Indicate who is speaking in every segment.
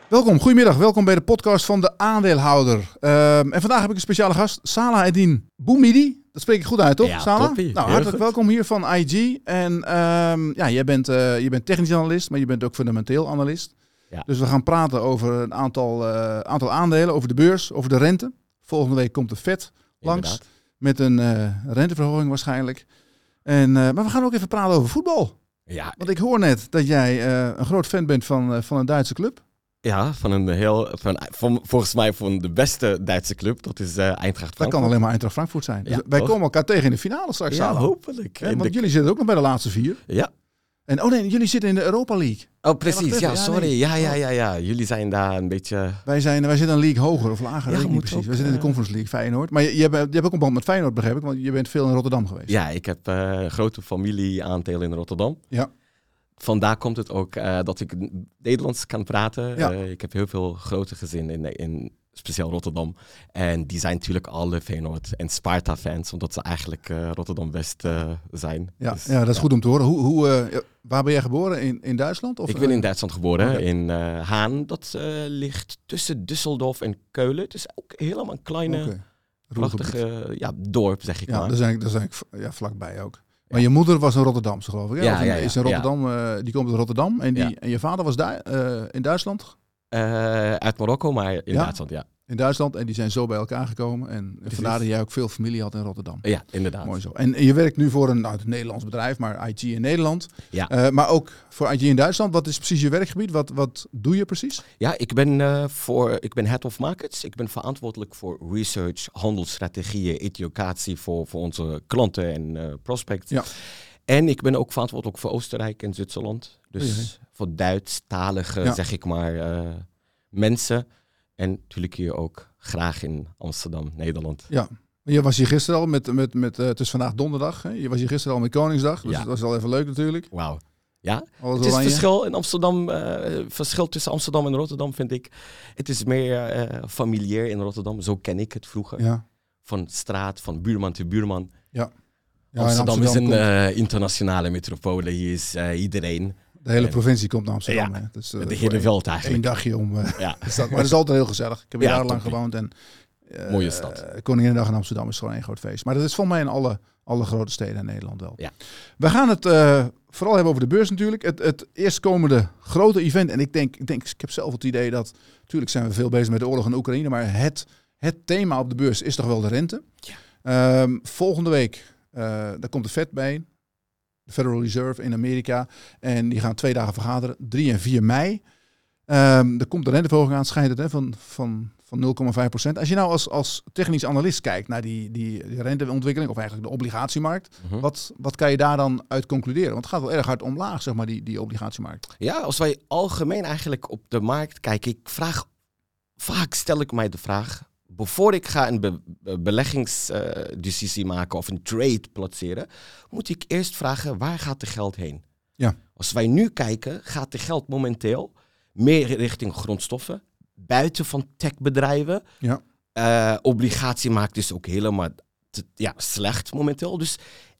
Speaker 1: Welkom, goedemiddag. Welkom bij de podcast van de aandeelhouder. En vandaag heb ik een speciale gast, Salah Eddin Boumidi. Dat spreek ik goed uit, toch,
Speaker 2: ja,
Speaker 1: Salah?
Speaker 2: Toppie.
Speaker 1: Nou, hartelijk welkom hier van IG. En jij bent technisch analist, maar je bent ook fundamenteel analist. Ja. Dus we gaan praten over een aantal aandelen, over de beurs, over de rente. Volgende week komt de Fed langs. Inderdaad. Met een renteverhoging waarschijnlijk. Maar we gaan ook even praten over voetbal.
Speaker 2: Ja.
Speaker 1: Want ik hoor net dat jij een groot fan bent van een Duitse club.
Speaker 2: Ja, volgens mij van de beste Duitse club. Dat is Eintracht Frankfurt. Dat
Speaker 1: kan alleen maar Eintracht Frankfurt zijn. Dus wij komen elkaar tegen in de finale straks.
Speaker 2: Ja, hopelijk.
Speaker 1: Ja, want jullie zitten ook nog bij de laatste 4.
Speaker 2: Ja.
Speaker 1: En jullie zitten in de Europa League.
Speaker 2: Oh, precies. Ja, sorry. Ja. Jullie zijn daar een beetje...
Speaker 1: Wij zitten een league hoger of lager. Ja, niet precies. Wij zitten in de Conference League, Feyenoord. Maar je hebt ook een band met Feyenoord, begrijp ik. Want je bent veel in Rotterdam geweest.
Speaker 2: Ja, ik heb een grote familieaandeel in Rotterdam.
Speaker 1: Ja.
Speaker 2: Vandaar komt het ook dat ik Nederlands kan praten.
Speaker 1: Ja.
Speaker 2: Ik heb heel veel grote gezinnen in speciaal Rotterdam. En die zijn natuurlijk alle Feyenoord en Sparta-fans, omdat ze eigenlijk Rotterdam-West zijn.
Speaker 1: Ja, dus, dat is goed om te horen. Waar ben jij geboren? In Duitsland? Of,
Speaker 2: ik ben in Duitsland geboren, in Haan. Dat ligt tussen Düsseldorf en Keulen. Het is ook helemaal een kleine, prachtige dorp, zeg ik maar.
Speaker 1: Dat is eigenlijk vlakbij ook. Maar je moeder was een Rotterdamse, geloof ik.
Speaker 2: Ja,
Speaker 1: is in Rotterdam, die komt uit Rotterdam. En je vader was daar in Duitsland?
Speaker 2: Uit Marokko, maar in Duitsland, ja.
Speaker 1: In Duitsland. En die zijn zo bij elkaar gekomen. En vandaar dat jij ook veel familie had in Rotterdam.
Speaker 2: Ja, inderdaad.
Speaker 1: Mooi zo. En je werkt nu voor een Nederlands bedrijf, maar IG in Nederland.
Speaker 2: Ja.
Speaker 1: Maar ook voor IG in Duitsland. Wat is precies je werkgebied? Wat doe je precies?
Speaker 2: Ja, ik ben Head of Markets. Ik ben verantwoordelijk voor research, handelsstrategieën, educatie voor onze klanten en prospects. Ja. En ik ben ook verantwoordelijk voor Oostenrijk en Zwitserland. Dus voor Duitsstalige, zeg ik maar, mensen. En natuurlijk hier ook graag in Amsterdam, Nederland.
Speaker 1: Ja, je was hier gisteren al het is vandaag donderdag. Hè? Je was hier gisteren al met Koningsdag. Dus dat was al even leuk natuurlijk.
Speaker 2: Wauw. Ja, het is verschil in Amsterdam. Verschil tussen Amsterdam en Rotterdam vind ik. Het is meer familiair in Rotterdam. Zo ken ik het vroeger. Ja. Van straat, van buurman te buurman. Ja. Amsterdam is een internationale metropole. Hier is iedereen.
Speaker 1: De hele provincie komt naar Amsterdam.
Speaker 2: Ja, dus, de hele wereld eigenlijk.
Speaker 1: Eén dagje om. Maar het is altijd heel gezellig. Ik heb hier jarenlang gewoond. En,
Speaker 2: mooie stad.
Speaker 1: Koninginnedag in Amsterdam is gewoon één groot feest. Maar dat is volgens mij in alle grote steden in Nederland wel.
Speaker 2: Ja.
Speaker 1: We gaan het vooral hebben over de beurs natuurlijk. Het eerstkomende grote event. En ik heb zelf het idee dat... Natuurlijk zijn we veel bezig met de oorlog in Oekraïne. Maar het thema op de beurs is toch wel de rente. Ja. Volgende week, daar komt de Fed bij. De Federal Reserve in Amerika. En die gaan 2 dagen vergaderen. 3 en 4 mei. Er komt de renteverhoging aan, schijnt het, van 0,5%. Als je nou als technisch analist kijkt naar die renteontwikkeling, of eigenlijk de obligatiemarkt, wat kan je daar dan uit concluderen? Want het gaat wel erg hard omlaag, zeg maar, die obligatiemarkt.
Speaker 2: Ja, als wij algemeen eigenlijk op de markt kijken, vaak stel ik mij de vraag, voor ik ga een beleggingsdecisie maken of een trade placeren, moet ik eerst vragen, waar gaat het geld heen?
Speaker 1: Ja.
Speaker 2: Als wij nu kijken, gaat het geld momenteel meer richting grondstoffen, buiten van techbedrijven.
Speaker 1: Ja.
Speaker 2: Obligatiemarkt is ook helemaal slecht momenteel. Dus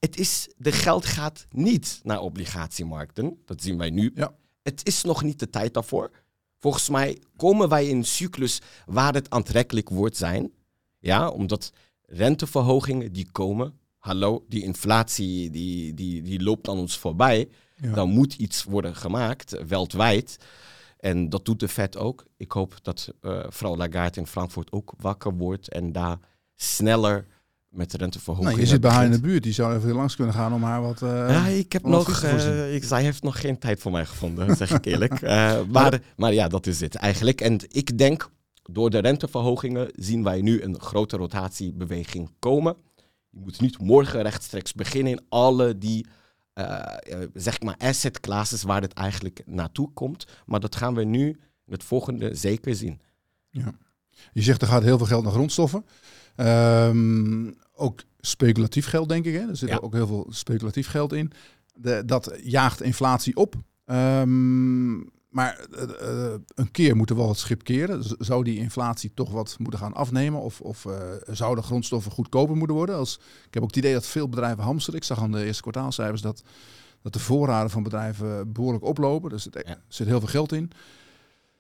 Speaker 2: de geld gaat niet naar obligatiemarkten. Dat zien wij nu.
Speaker 1: Ja.
Speaker 2: Het is nog niet de tijd daarvoor. Volgens mij komen wij in een cyclus waar het aantrekkelijk wordt zijn. Ja, omdat renteverhogingen die komen. Hallo, die inflatie die loopt aan ons voorbij. Ja. Dan moet iets worden gemaakt, wereldwijd. En dat doet de Fed ook. Ik hoop dat mevrouw Lagarde in Frankfurt ook wakker wordt en daar sneller met de renteverhogingen.
Speaker 1: Nou, je zit bij haar in de buurt. Die zou even langs kunnen gaan om haar wat.
Speaker 2: Zij heeft nog geen tijd voor mij gevonden, zeg ik eerlijk. Maar ja, dat is het eigenlijk. En ik denk, door de renteverhogingen zien wij nu een grote rotatiebeweging komen. Je moet niet morgen rechtstreeks beginnen in alle die zeg maar asset classes waar het eigenlijk naartoe komt. Maar dat gaan we nu in het volgende zeker zien.
Speaker 1: Ja. Je zegt er gaat heel veel geld naar grondstoffen. Ook speculatief geld, denk ik. Hè? Er zit ook heel veel speculatief geld in. Dat jaagt inflatie op. Maar een keer moet er wel het schip keren. Zou die inflatie toch wat moeten gaan afnemen? Of zouden grondstoffen goedkoper moeten worden? Ik heb ook het idee dat veel bedrijven hamsteren. Ik zag aan de eerste kwartaalcijfers dat de voorraden van bedrijven behoorlijk oplopen. Dus er zit heel veel geld in.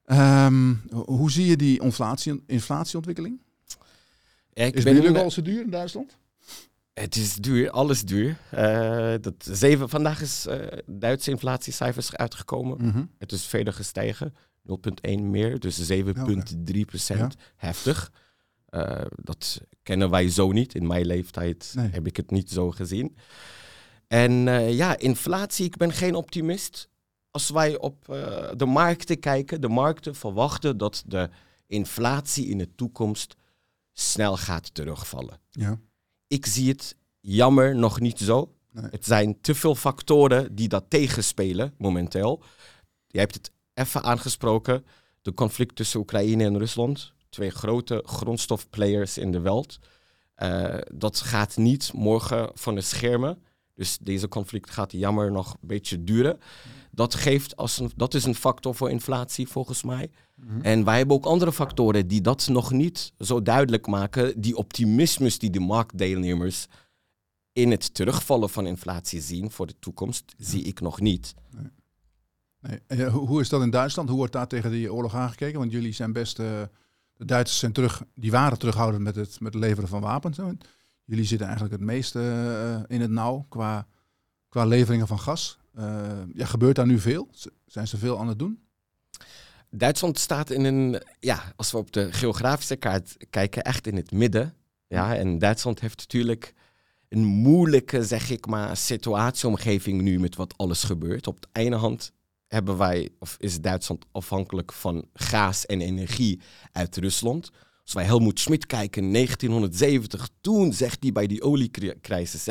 Speaker 1: Hoe zie je die inflatieontwikkeling?
Speaker 2: Ik
Speaker 1: Is bier ook al zo duur in Duitsland?
Speaker 2: Het is duur, alles duur. Vandaag is Duitse inflatiecijfers uitgekomen.
Speaker 1: Mm-hmm.
Speaker 2: Het is verder gestegen, 0,1 meer, dus 7,3%.
Speaker 1: Ja.
Speaker 2: Heftig. Dat kennen wij zo niet. In mijn leeftijd heb ik het niet zo gezien. En inflatie, ik ben geen optimist. Als wij op de markten kijken, de markten verwachten dat de inflatie in de toekomst snel gaat terugvallen.
Speaker 1: Ja.
Speaker 2: Ik zie het jammer nog niet zo.
Speaker 1: Nee.
Speaker 2: Het zijn te veel factoren die dat tegenspelen momenteel. Jij hebt het even aangesproken. De conflict tussen Oekraïne en Rusland. 2 grote grondstofplayers in de wereld. Dat gaat niet morgen van de schermen. Dus deze conflict gaat jammer nog een beetje duren. Dat is een factor voor inflatie volgens mij. Mm-hmm. En wij hebben ook andere factoren die dat nog niet zo duidelijk maken. Die optimismus die de marktdeelnemers in het terugvallen van inflatie zien voor de toekomst, zie ik nog niet.
Speaker 1: Nee. Hoe is dat in Duitsland? Hoe wordt daar tegen die oorlog aangekeken? Want jullie zijn best... de Duitsers zijn die waren terughoudend met het leveren van wapens. Jullie zitten eigenlijk het meeste in het nauw qua leveringen van gas. Gebeurt daar nu veel? Zijn ze veel aan het doen?
Speaker 2: Duitsland staat in een, als we op de geografische kaart kijken, echt in het midden. Ja, en Duitsland heeft natuurlijk een moeilijke, zeg ik maar, situatieomgeving nu met wat alles gebeurt. Op de ene hand is Duitsland afhankelijk van gas en energie uit Rusland. Als wij Helmut Schmidt kijken in 1970, toen zegt hij bij die oliecrisis,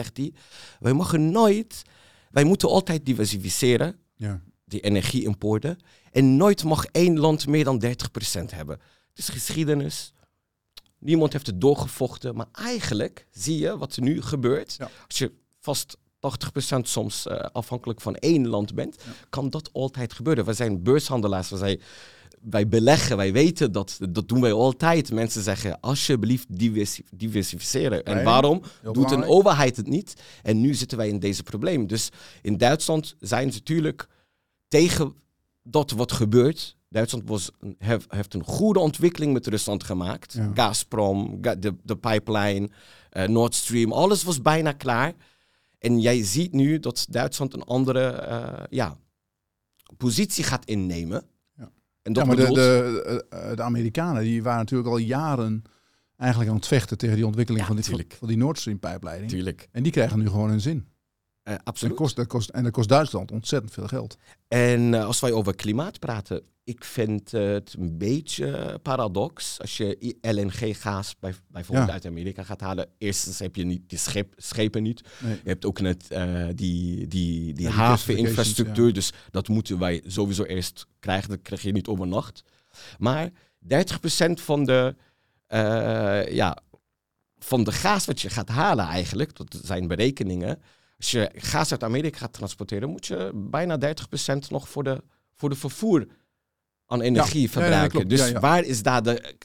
Speaker 2: wij moeten altijd diversificeren, die energieimporten. En nooit mag één land meer dan 30% hebben. Het is geschiedenis. Niemand heeft het doorgevochten. Maar eigenlijk zie je wat er nu gebeurt. Ja. Als je vast 80% soms afhankelijk van één land bent, kan dat altijd gebeuren. We zijn beurshandelaars. Wij beleggen, wij weten dat doen wij altijd. Mensen zeggen, alsjeblieft diversificeren. En waarom doet een overheid het niet? En nu zitten wij in deze probleem. Dus in Duitsland zijn ze natuurlijk tegen dat wat gebeurt. Duitsland heeft een goede ontwikkeling met Rusland gemaakt. Ja. Gazprom, de pipeline, Nord Stream, alles was bijna klaar. En jij ziet nu dat Duitsland een andere positie gaat innemen.
Speaker 1: Ja.
Speaker 2: En dat
Speaker 1: maar de Amerikanen die waren natuurlijk al jaren eigenlijk aan het vechten tegen die ontwikkeling van die Nord Stream pijpleiding.
Speaker 2: Tuurlijk.
Speaker 1: En die krijgen nu gewoon hun zin.
Speaker 2: Absoluut.
Speaker 1: Dat kost Duitsland ontzettend veel geld.
Speaker 2: En als wij over klimaat praten, ik vind het een beetje paradox. Als je LNG-gas bijvoorbeeld uit Amerika gaat halen, eerstens heb je niet die schepen niet. Nee. Je hebt ook net die haveninfrastructuur. Dus dat moeten wij sowieso eerst krijgen. Dat krijg je niet overnacht. Maar 30% van de gas wat je gaat halen eigenlijk, dat zijn berekeningen. Als je gas uit Amerika gaat transporteren, moet je bijna 30% nog voor de vervoer aan energie verbruiken. Dus waar is daar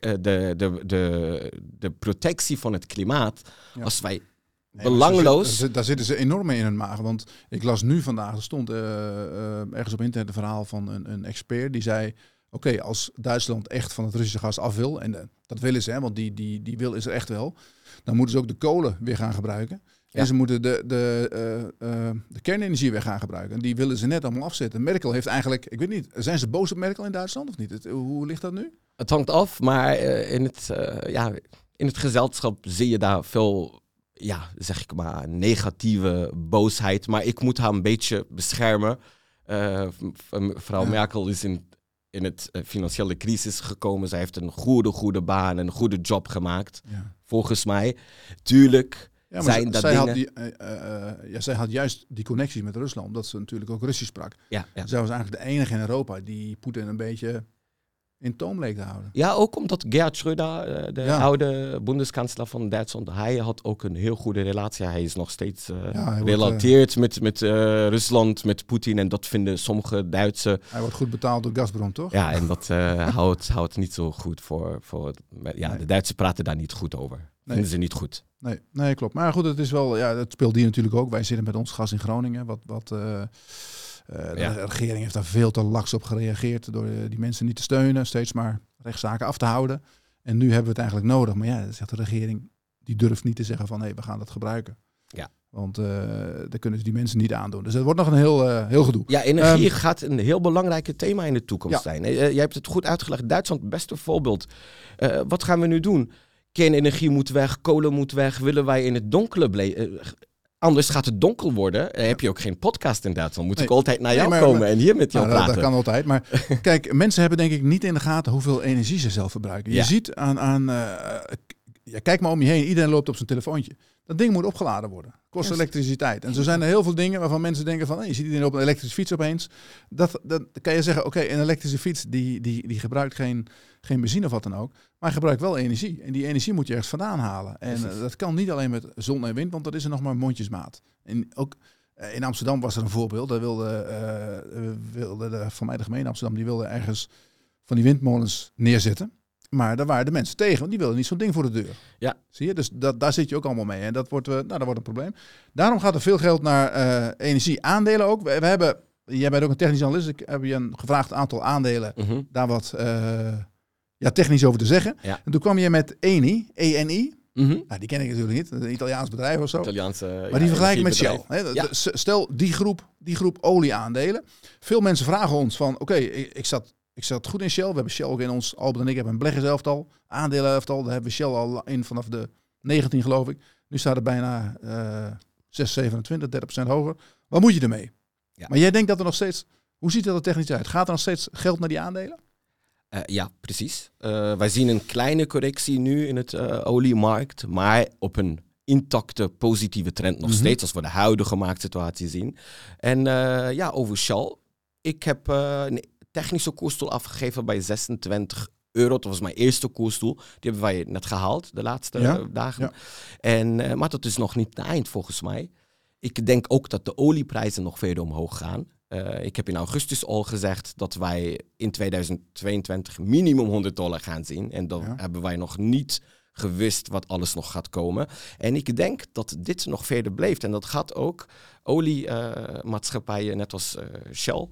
Speaker 2: de protectie van het klimaat als wij belangloos...
Speaker 1: Daar zitten ze enorm mee in hun maag. Want ik las nu vandaag, er stond ergens op internet een verhaal van een expert die zei, oké, als Duitsland echt van het Russische gas af wil, en dat willen ze, want die wil is er echt wel, dan moeten ze ook de kolen weer gaan gebruiken. En ze moeten de kernenergie weer gaan gebruiken. En die willen ze net allemaal afzetten. Merkel heeft eigenlijk, ik weet niet, zijn ze boos op Merkel in Duitsland of niet? Hoe ligt dat nu?
Speaker 2: Het hangt af, maar in het gezelschap zie je daar veel, zeg ik maar, negatieve boosheid. Maar ik moet haar een beetje beschermen. Mevrouw Merkel is in het financiële crisis gekomen. Zij heeft een goede baan, een goede job gemaakt. Ja. Volgens mij. Tuurlijk...
Speaker 1: Ja, maar zij had juist die connectie met Rusland, omdat ze natuurlijk ook Russisch sprak. Ja. Zij was eigenlijk de enige in Europa die Poetin een beetje in toom leek te houden.
Speaker 2: Ja, ook omdat Gerhard Schröder, de oude bondskanselier van Duitsland, hij had ook een heel goede relatie. Hij is nog steeds gerelateerd met Rusland, met Poetin. En dat vinden sommige Duitse...
Speaker 1: Hij wordt goed betaald door Gazprom, toch?
Speaker 2: Ja, en dat houdt niet zo goed voor de Duitsers praten daar niet goed over. Vinden ze niet goed.
Speaker 1: Nee, klopt. Maar goed, het is wel, het speelt hier natuurlijk ook. Wij zitten met ons gas in Groningen, De regering heeft daar veel te laks op gereageerd door die mensen niet te steunen, steeds maar rechtszaken af te houden. En nu hebben we het eigenlijk nodig. Maar ja, zegt de regering, die durft niet te zeggen van we gaan dat gebruiken.
Speaker 2: Ja.
Speaker 1: Want daar kunnen ze die mensen niet aandoen. Dus het wordt nog een heel gedoe.
Speaker 2: Ja, energie gaat een heel belangrijk thema in de toekomst zijn. Jij hebt het goed uitgelegd. Duitsland, beste voorbeeld. Wat gaan we nu doen? Kernenergie moet weg, kolen moet weg. Willen wij in het donkere blijven? Anders gaat het donker worden. Heb je ook geen podcast in Duitsland. Moet ik altijd naar jou komen en hier met jou praten.
Speaker 1: Dat kan altijd. Maar kijk, mensen hebben denk ik niet in de gaten hoeveel energie ze zelf verbruiken. Je ziet kijk maar om je heen. Iedereen loopt op zijn telefoontje. Dat ding moet opgeladen worden. Kost elektriciteit. En zo zijn er heel veel dingen waarvan mensen denken van... je ziet iedereen op een elektrische fiets opeens. Dat kan je zeggen, oké, een elektrische fiets die gebruikt geen benzine of wat dan ook. Maar hij gebruikt wel energie. En die energie moet je ergens vandaan halen. En dat kan niet alleen met zon en wind, want dat is er nog maar mondjesmaat. En ook in Amsterdam was er een voorbeeld. Daar wilde van mij de gemeente Amsterdam, die wilde ergens van die windmolens neerzetten. Maar daar waren de mensen tegen, want die wilden niet zo'n ding voor de deur.
Speaker 2: Ja.
Speaker 1: Zie je? Dus daar zit je ook allemaal mee. En dat wordt een probleem. Daarom gaat er veel geld naar energieaandelen ook. Jij bent ook een technisch analist. Ik heb je een gevraagd aantal aandelen daar wat technisch over te zeggen. Ja. En toen kwam je met ENI. Nou, die ken ik natuurlijk niet. Een Italiaans bedrijf of zo. Maar die vergelijken met Shell. Ja. Stel, die groep olieaandelen. Veel mensen vragen ons van... Oké, ik zat goed in Shell. We hebben Shell ook in ons... Albert en ik hebben een beleggerselftal. Aandelelenelftal. Daar hebben we Shell al in vanaf de 19 geloof ik. Nu staat het bijna 6,27, 30% hoger. Wat moet je ermee? Ja. Maar jij denkt dat er nog steeds... Hoe ziet dat er technisch uit? Gaat er nog steeds geld naar die aandelen?
Speaker 2: Ja, precies. Wij zien een kleine correctie nu in het oliemarkt, maar op een intacte positieve trend nog steeds, als we de huidige marktsituatie zien. En over Shell. Ik heb een technische koersdoel afgegeven bij 26 euro. Dat was mijn eerste koersdoel. Die hebben wij net gehaald de laatste dagen. Ja. Maar dat is nog niet het eind volgens mij. Ik denk ook dat de olieprijzen nog verder omhoog gaan. Ik heb in augustus al gezegd dat wij in 2022 minimum $100 gaan zien. En dan hebben wij nog niet gewist wat alles nog gaat komen. En ik denk dat dit nog verder blijft. En dat gaat ook oliemaatschappijen, net als Shell,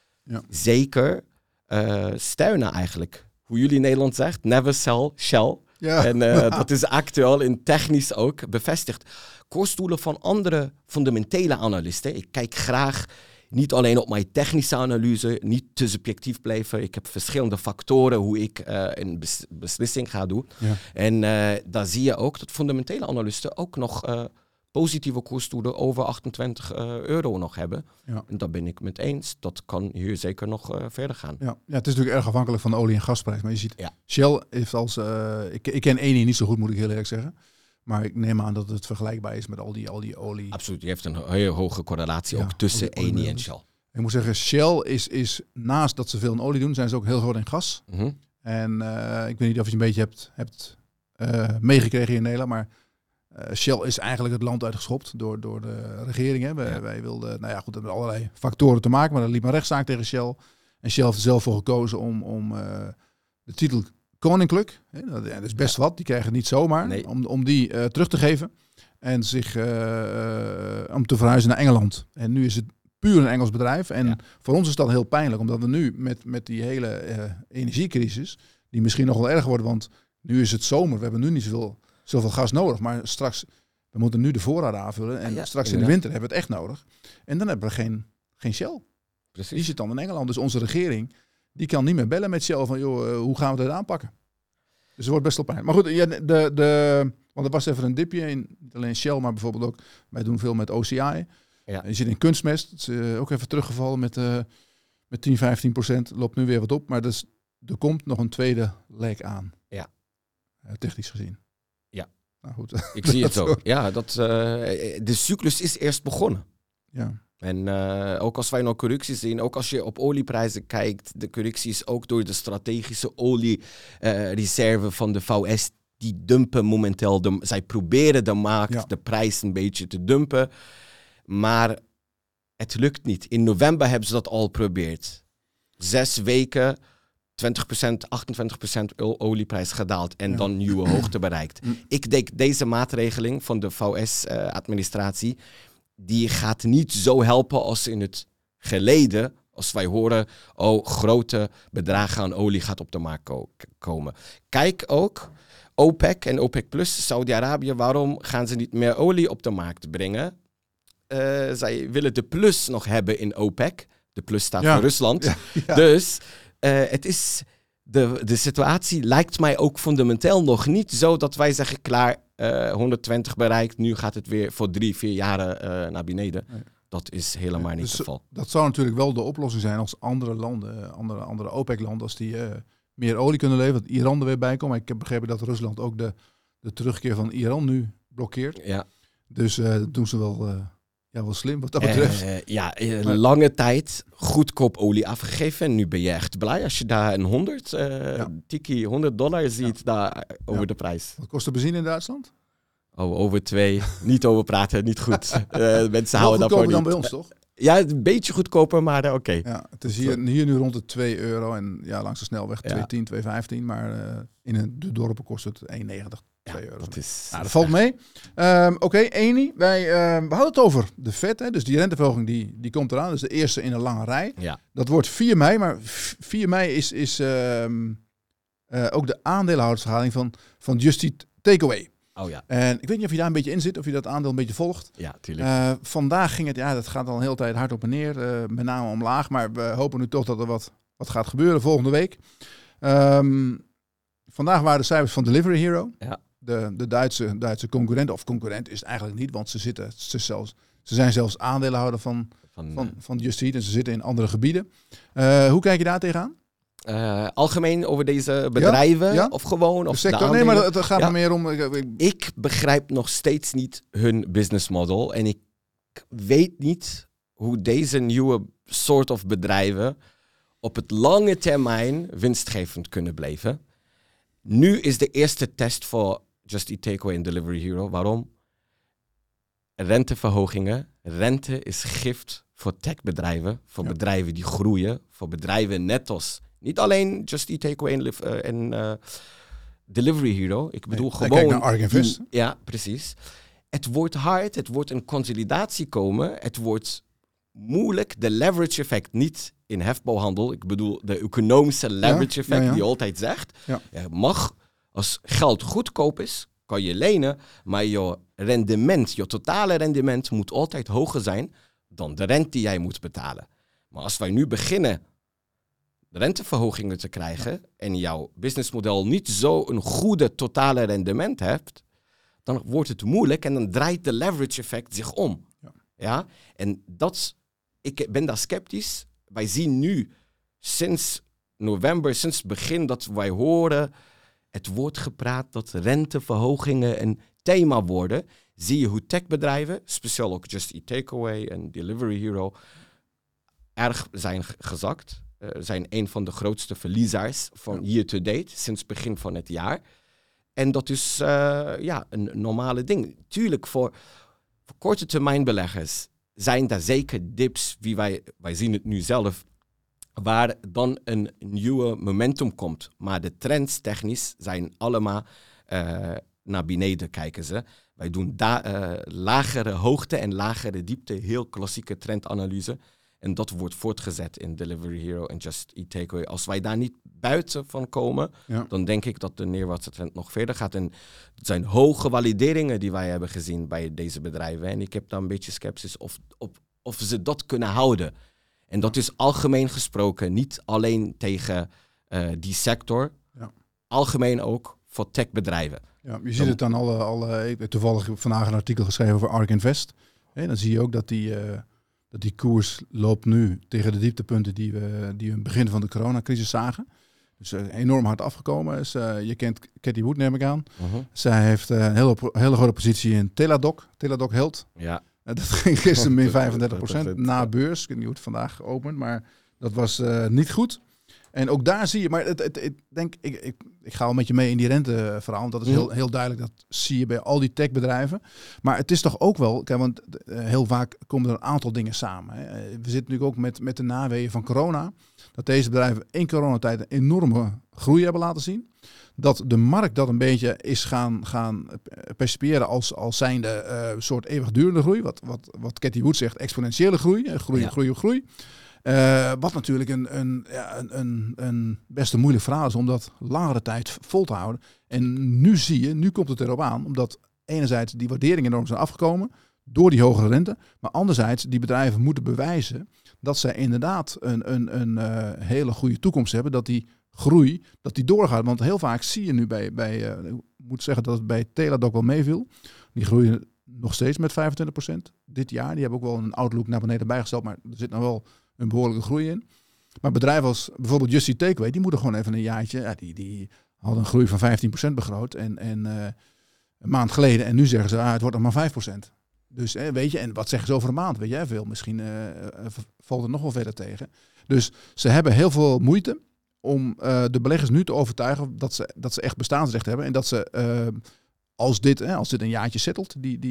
Speaker 2: zeker steunen eigenlijk. Hoe jullie in Nederland zegt, never sell Shell. Ja. En dat is actueel en technisch ook bevestigd. Koersdoelen van andere fundamentele analisten. Ik kijk graag niet alleen op mijn technische analyse, niet te subjectief blijven. Ik heb verschillende factoren hoe ik een beslissing ga doen. Ja. En daar zie je ook dat fundamentele analisten ook nog positieve koersdoelen over 28 euro nog hebben. Ja. En daar ben ik met eens. Dat kan hier zeker nog verder gaan. Ja, het is natuurlijk erg afhankelijk van de olie- en gasprijs. Maar je ziet, Shell heeft als... ik ken Eni niet zo goed, moet ik heel eerlijk zeggen. Maar ik neem aan dat het vergelijkbaar is met al die olie. Absoluut, je heeft een heel hoge correlatie ook tussen Eni en Shell.
Speaker 1: Ik moet zeggen, Shell is naast dat ze veel in olie doen, zijn ze ook heel groot in gas. En ik weet niet of je een beetje hebt meegekregen in Nederland, maar Shell is eigenlijk het land uitgeschopt door de regering. Hè. Wij wilden, dat hebben allerlei factoren te maken, maar er liep een rechtszaak tegen Shell. En Shell heeft er zelf voor gekozen om de titel koninklijk, dat is best wat, die krijgen het niet zomaar, om die terug te geven en zich om te verhuizen naar Engeland. En nu is het puur een Engels bedrijf en voor ons is dat heel pijnlijk, omdat we nu met die hele energiecrisis, die misschien nog wel erger wordt, want nu is het zomer, we hebben nu niet zoveel gas nodig, maar straks, we moeten nu de voorraad aanvullen en straks in de winter hebben we het echt nodig. En dan hebben we geen Shell. Precies. Die zit dan in Engeland, dus onze regering die kan niet meer bellen met Shell van, hoe gaan we dit aanpakken? Dus het wordt best wel pijn. Maar goed, want er was even een dipje in, niet alleen Shell, maar bijvoorbeeld ook, wij doen veel met OCI. Ja. Je zit in kunstmest, het is ook even teruggevallen met 10-15%, loopt nu weer wat op. Maar er komt nog een tweede lek aan. Ja. Technisch gezien.
Speaker 2: Ja. Nou goed. Ik zie het zo. Ja, de cyclus is eerst begonnen. Ja. En ook als wij naar correcties zien, ook als je op olieprijzen kijkt, de correctie is ook door de strategische oliereserve van de VS, die dumpen momenteel. Zij proberen de markt, de prijs een beetje te dumpen, maar het lukt niet. In november hebben ze dat al geprobeerd. 6 weken, 20%, 28% olieprijs gedaald en dan nieuwe hoogte bereikt. Ik denk deze maatregeling van de VS-administratie, die gaat niet zo helpen als in het geleden als wij horen, grote bedragen aan olie gaat op de markt komen. Kijk ook, OPEC en OPEC Plus, Saudi-Arabië, waarom gaan ze niet meer olie op de markt brengen? Zij willen de plus nog hebben in OPEC. De plus staat voor Rusland. Ja. Dus het is... De situatie lijkt mij ook fundamenteel nog niet zo dat wij zeggen, klaar, 120 bereikt, nu gaat het weer voor 3-4 jaren naar beneden. Nee. Dat is helemaal niet het geval. Dat
Speaker 1: zou natuurlijk wel de oplossing zijn als andere landen, andere OPEC-landen, als die meer olie kunnen leveren, dat Iran er weer bij komt. Maar ik heb begrepen dat Rusland ook de terugkeer van Iran nu blokkeert.
Speaker 2: Ja.
Speaker 1: Dus dat doen ze wel slim wat dat betreft.
Speaker 2: Lange tijd goedkoop olie afgegeven. En nu ben je echt blij als je daar een tiki $100 ziet daar over de prijs.
Speaker 1: Wat kost de benzine in Duitsland?
Speaker 2: Over 2. Niet over praten, niet goed. Mensen houden daarvoor niet.
Speaker 1: Dan bij ons, toch?
Speaker 2: Ja, een beetje goedkoper, maar oké.
Speaker 1: Ja, het is hier nu rond de €2. En langs de snelweg 2,10, 2,15. Maar in de dorpen kost het €1,90. €2. Dat valt mee. Oké, Eni. We hadden het over de Fed. Hè? Dus die renteverhoging die komt eraan. Dus de eerste in een lange rij.
Speaker 2: Ja.
Speaker 1: Dat wordt 4 mei. Maar 4 mei is ook de aandeelhoudersvergadering van Just Eat Takeaway.
Speaker 2: Oh ja.
Speaker 1: En ik weet niet of je daar een beetje in zit. Of je dat aandeel een beetje volgt.
Speaker 2: Ja, tuurlijk.
Speaker 1: Vandaag ging het, dat gaat al een hele tijd hard op en neer. Met name omlaag. Maar we hopen nu toch dat er wat gaat gebeuren volgende week. Vandaag waren de cijfers van Delivery Hero.
Speaker 2: Ja.
Speaker 1: De Duitse concurrent, of concurrent is het eigenlijk niet, want ze zijn zelfs aandeelhouder van Just Eat en ze zitten in andere gebieden. Hoe kijk je daar tegenaan?
Speaker 2: Algemeen over deze bedrijven of gewoon? Of
Speaker 1: sector? Nee, maar het gaat me meer om...
Speaker 2: Ik begrijp nog steeds niet hun business model en ik weet niet hoe deze nieuwe soort of bedrijven op het lange termijn winstgevend kunnen blijven. Nu is de eerste test voor Just Eat Takeaway en Delivery Hero. Waarom? Renteverhogingen. Rente is gift voor techbedrijven, voor bedrijven die groeien, voor bedrijven net als niet alleen Just Eat Takeaway en Delivery Hero. Ik bedoel gewoon...
Speaker 1: Kijk naar Ark Invest.
Speaker 2: Ja, precies. Het wordt hard, het wordt een consolidatie komen, het wordt moeilijk. De leverage effect niet in hefboomhandel. Ik bedoel de economische leverage effect die je altijd zegt. Ja. Mag, als geld goedkoop is, kan je lenen, maar je rendement, je totale rendement moet altijd hoger zijn dan de rente die jij moet betalen. Maar als wij nu beginnen renteverhogingen te krijgen en jouw businessmodel niet zo een goede totale rendement hebt, dan wordt het moeilijk en dan draait de leverage effect zich om. Ja? En ik ben daar sceptisch. Wij zien nu sinds november, sinds het begin dat wij horen, het wordt gepraat dat renteverhogingen een thema worden. Zie je hoe techbedrijven, speciaal ook Just Eat Takeaway en Delivery Hero, erg zijn gezakt. Zijn een van de grootste verliezers van year to date, sinds het begin van het jaar. En dat is een normale ding. Tuurlijk, voor korte termijn beleggers zijn daar zeker dips, wij zien het nu zelf, waar dan een nieuwe momentum komt. Maar de trends technisch zijn allemaal naar beneden kijken ze. Wij doen lagere hoogte en lagere diepte, heel klassieke trendanalyse. En dat wordt voortgezet in Delivery Hero en Just Eat Takeaway. Als wij daar niet buiten van komen, dan denk ik dat de neerwaartse trend nog verder gaat. En het zijn hoge valideringen die wij hebben gezien bij deze bedrijven. En ik heb daar een beetje sceptisch of ze dat kunnen houden. En dat is algemeen gesproken, niet alleen tegen die sector. Ja. Algemeen ook voor techbedrijven.
Speaker 1: Ja, je ziet het dan ik heb toevallig vandaag een artikel geschreven over Ark Invest. En dan zie je ook dat die koers loopt nu tegen de dieptepunten die we in het begin van de coronacrisis zagen. Dus enorm hard afgekomen. Dus, je kent Cathie Wood, neem ik aan. Uh-huh. Zij heeft een hele grote positie in Teladoc Health. Ja. Dat ging gisteren min 35% na beurs. Ik weet niet hoe het vandaag geopend, maar dat was niet goed. En ook daar zie je, maar ik ga wel met je mee in die renteverhaal. Dat is heel duidelijk, dat zie je bij al die techbedrijven. Maar het is toch ook wel, kijk, want heel vaak komen er een aantal dingen samen. Hè. We zitten natuurlijk ook met de naweeën van corona. Dat deze bedrijven in coronatijd een enorme groei hebben laten zien. Dat de markt dat een beetje is gaan percipiëren als zijnde soort eeuwigdurende groei. Wat Cathie Wood zegt, exponentiële groei. Groei. Wat natuurlijk een best een moeilijk verhaal is om dat langere tijd vol te houden. En nu komt het erop aan, omdat enerzijds die waarderingen enorm zijn afgekomen door die hogere rente. Maar anderzijds die bedrijven moeten bewijzen dat zij inderdaad een hele goede toekomst hebben. Dat die groei, dat die doorgaat. Want heel vaak zie je nu ik moet zeggen dat het bij Teladoc wel meeviel. Die groeien nog steeds met 25% dit jaar. Die hebben ook wel een outlook naar beneden bijgesteld, maar er zit nog wel een behoorlijke groei in. Maar bedrijven als bijvoorbeeld Just Eat Takeaway, die moeten gewoon even een jaartje. Ja, die hadden een groei van 15% begroot en een maand geleden. En nu zeggen ze, het wordt nog maar 5%. Dus weet je, en wat zeggen ze over een maand? Weet jij veel? Misschien valt het nog wel verder tegen. Dus ze hebben heel veel moeite om de beleggers nu te overtuigen dat ze echt bestaansrecht hebben. En dat ze, als dit een jaartje settelt,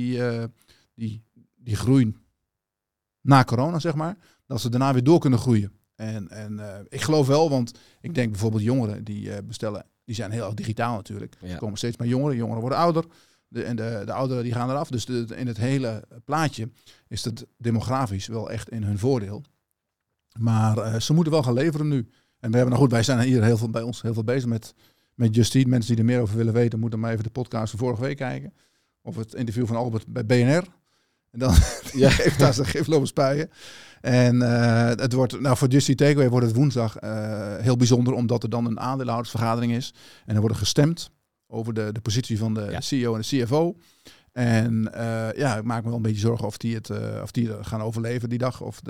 Speaker 1: die groei na corona, zeg maar, dat ze daarna weer door kunnen groeien. En ik geloof wel, want ik denk bijvoorbeeld jongeren die bestellen, die zijn heel erg digitaal natuurlijk. Er komen steeds meer jongeren worden ouder. De ouderen die gaan eraf. Dus in het hele plaatje is het demografisch wel echt in hun voordeel. Maar ze moeten wel gaan leveren nu. En wij zijn hier bij ons heel veel bezig met Just Eat. Mensen die er meer over willen weten, moeten maar even de podcast van vorige week kijken. Of het interview van Albert bij BNR. En dan heeft daar zijn gif lopen spuien. En het wordt, voor Just Eat Takeaway wordt het woensdag heel bijzonder, omdat er dan een aandeelhoudersvergadering is. En er wordt gestemd over de positie van de CEO en de CFO. En ik maak me wel een beetje zorgen of die het gaan overleven die dag. Of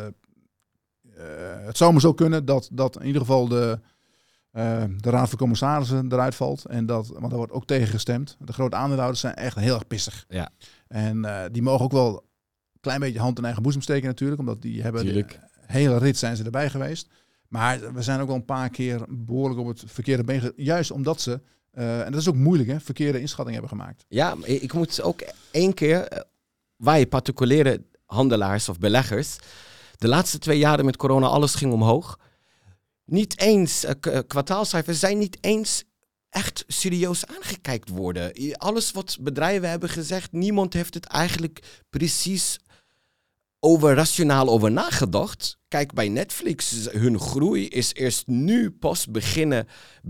Speaker 1: het zou maar zo kunnen dat in ieder geval de Raad van Commissarissen eruit valt. Want daar wordt ook tegen gestemd. De grote aandeelhouders zijn echt heel erg pissig. Ja. En die mogen ook wel een klein beetje hand in eigen boezem steken natuurlijk. Omdat die hebben de hele rit zijn ze erbij geweest. Maar we zijn ook wel een paar keer behoorlijk op het verkeerde been. Juist omdat ze, en dat is ook moeilijk, verkeerde inschattingen hebben gemaakt.
Speaker 2: Ja, ik moet ook één keer, wij particuliere handelaars of beleggers, de laatste 2 jaren met corona, alles ging omhoog. Niet eens, kwartaalcijfers zijn niet eens echt serieus aangekijkt worden. Alles wat bedrijven hebben gezegd, niemand heeft het eigenlijk precies rationaal over nagedacht. Kijk, bij Netflix, hun groei is eerst nu pas beginnen.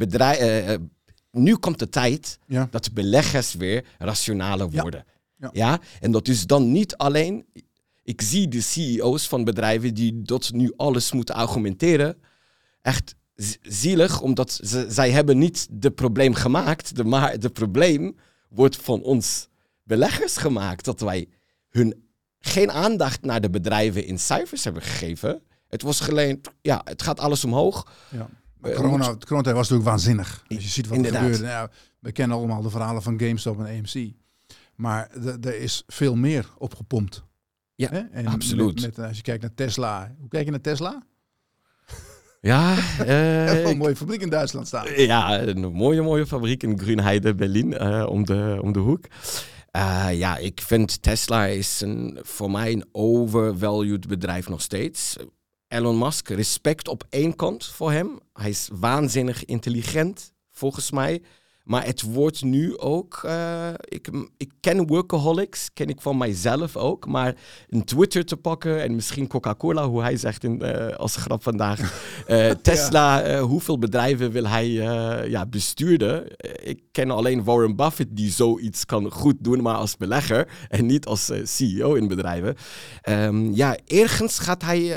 Speaker 2: Nu komt de tijd dat beleggers weer rationaler worden. Ja? En dat is dan niet alleen. Ik zie de CEO's van bedrijven die dat nu alles moeten argumenteren. Echt zielig, omdat zij hebben niet het probleem gemaakt. Maar het probleem wordt van ons beleggers gemaakt. Dat wij hun geen aandacht naar de bedrijven in cijfers hebben gegeven. Het was geleend, het gaat alles omhoog.
Speaker 1: Ja. Corona was natuurlijk waanzinnig. Als je ziet wat er gebeurde. Nou, we kennen allemaal de verhalen van GameStop en AMC. Maar er is veel meer opgepompt.
Speaker 2: Ja, en absoluut.
Speaker 1: Als je kijkt naar Tesla. Hoe kijk je naar Tesla?
Speaker 2: Ja,
Speaker 1: een mooie fabriek in Duitsland staan.
Speaker 2: Ja, een mooie fabriek in Grünheide, Berlin, om de hoek. Ik vind Tesla is voor mij een overvalued bedrijf nog steeds. Elon Musk, respect op één kant voor hem. Hij is waanzinnig intelligent, volgens mij. Maar het wordt nu ook... Ik ken workaholics, ken ik van mijzelf ook. Maar een Twitter te pakken en misschien Coca-Cola, hoe hij zegt als grap vandaag. Tesla, hoeveel bedrijven wil hij bestuurden? Ik ken alleen Warren Buffett die zoiets kan goed doen, maar als belegger en niet als CEO in bedrijven. Ergens gaat hij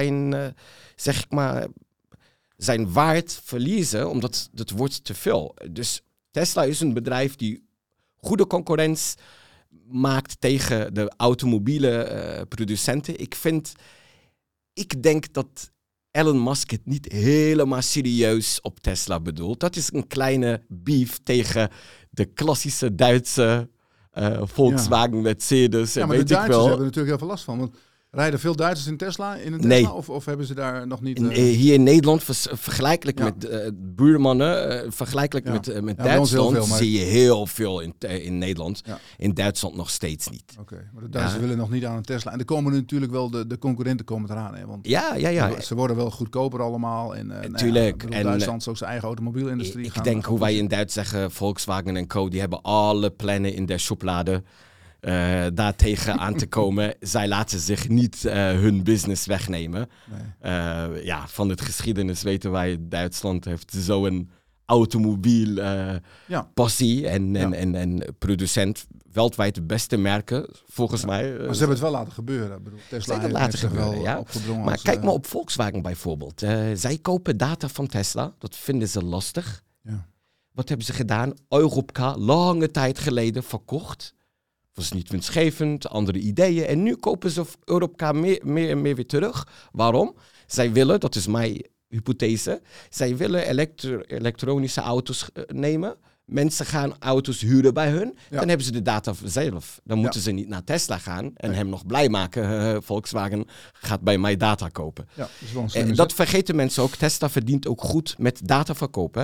Speaker 2: zijn waard verliezen, omdat het wordt te veel. Dus Tesla is een bedrijf die goede concurrentie maakt tegen de automobiele producenten. Ik denk dat Elon Musk het niet helemaal serieus op Tesla bedoelt. Dat is een kleine beef tegen de klassische Duitse Volkswagen, Mercedes.
Speaker 1: Ja, maar de Duitsers hebben er natuurlijk heel veel last van. Want Rijden veel Duitsers in Tesla?
Speaker 2: Nee.
Speaker 1: Of hebben ze daar nog niet...
Speaker 2: Hier in Nederland, vergelijkelijk met buurmannen, vergelijkelijk met Duitsland,
Speaker 1: veel, maar...
Speaker 2: zie je heel veel in Nederland. Ja. In Duitsland nog steeds niet.
Speaker 1: Oké, maar de Duitsers willen nog niet aan een Tesla. En er komen natuurlijk wel de concurrenten komen eraan. Hè? Want ze worden wel goedkoper allemaal. En,
Speaker 2: tuurlijk.
Speaker 1: Duitsland is ook zijn eigen automobielindustrie.
Speaker 2: Ik denk hoe wij in Duits zeggen, Volkswagen en Co. die hebben alle plannen in de schublade. Daartegen aan te komen. Zij laten zich niet hun business wegnemen. Nee. Van het geschiedenis weten wij, Duitsland heeft zo'n automobiel passie en producent wereldwijd de beste merken, volgens mij.
Speaker 1: Maar ze hebben het wel laten gebeuren. Ik bedoel, Tesla heeft zich wel opgedrongen.
Speaker 2: Maar kijk maar op Volkswagen bijvoorbeeld. Zij kopen data van Tesla. Dat vinden ze lastig.
Speaker 1: Ja.
Speaker 2: Wat hebben ze gedaan? Europcar, lange tijd geleden, verkocht. Was niet winstgevend, andere ideeën. En nu kopen ze Europcar meer en meer weer terug. Waarom? Zij willen, dat is mijn hypothese, zij willen elektronische auto's nemen. Mensen gaan auto's huren bij hun. Ja. Dan hebben ze de data zelf. Dan moeten ze niet naar Tesla gaan en hem nog blij maken. Volkswagen gaat bij mij data kopen.
Speaker 1: Ja,
Speaker 2: dat vergeten mensen ook. Tesla verdient ook goed met data verkopen. Hè?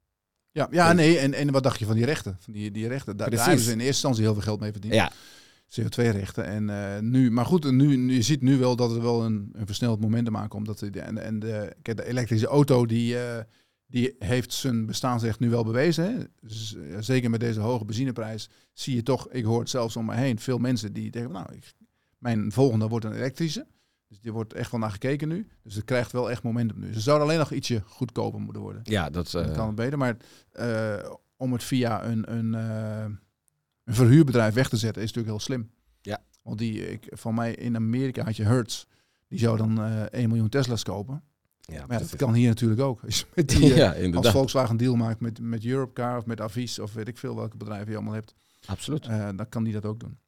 Speaker 1: Nee. En wat dacht je van die rechten? Van die rechten. Daar hebben ze in eerste instantie heel veel geld mee verdiend. Ja. CO2-rechten. En nu, maar goed, je ziet nu wel dat er wel een versneld momentum aankomt. Dat de elektrische auto die heeft zijn bestaansrecht nu wel bewezen. Hè? Dus, zeker met deze hoge benzineprijs zie je toch, ik hoor het zelfs om me heen, veel mensen die denken, mijn volgende wordt een elektrische. Dus die wordt echt wel naar gekeken nu. Dus het krijgt wel echt momentum nu. Ze zouden alleen nog ietsje goedkoper moeten worden.
Speaker 2: Ja, dat
Speaker 1: kan het beter. Maar om het via een verhuurbedrijf weg te zetten is natuurlijk heel slim. Ja. Want van mij in Amerika had je Hertz. Die zou dan 1 miljoen Tesla's kopen. Ja, maar dat kan hier natuurlijk ook. Als je als Volkswagen deal maakt met Europcar of met Avis of weet ik veel welke bedrijven je allemaal hebt.
Speaker 2: Absoluut.
Speaker 1: Dan kan die dat ook doen.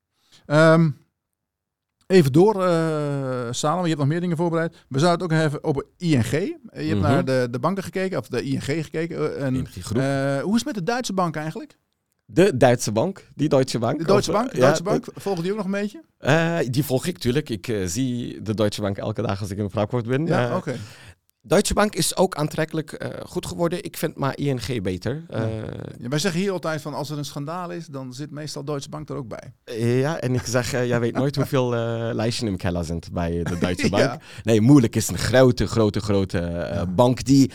Speaker 1: Even door, Salem, je hebt nog meer dingen voorbereid. We zouden het ook even op ING. Je hebt naar de banken gekeken, of de ING gekeken. ING Groep. Hoe is het met de Duitse bank eigenlijk?
Speaker 2: De Duitse bank, die Deutsche Bank.
Speaker 1: De Duitse Bank. Volgen die ook nog een beetje?
Speaker 2: Die volg ik natuurlijk. Ik zie de Deutsche Bank elke dag als ik in Frankfurt ben.
Speaker 1: Ja, oké.
Speaker 2: Deutsche Bank is ook aantrekkelijk goed geworden. Ik vind maar ING beter.
Speaker 1: Wij zeggen hier altijd van als er een schandaal is, dan zit meestal Deutsche Bank er ook bij.
Speaker 2: En ik zeg, jij weet nooit hoeveel lijstjes in keller zijn bij de Duitse Bank. Ja. Nee, moeilijk is een grote bank die...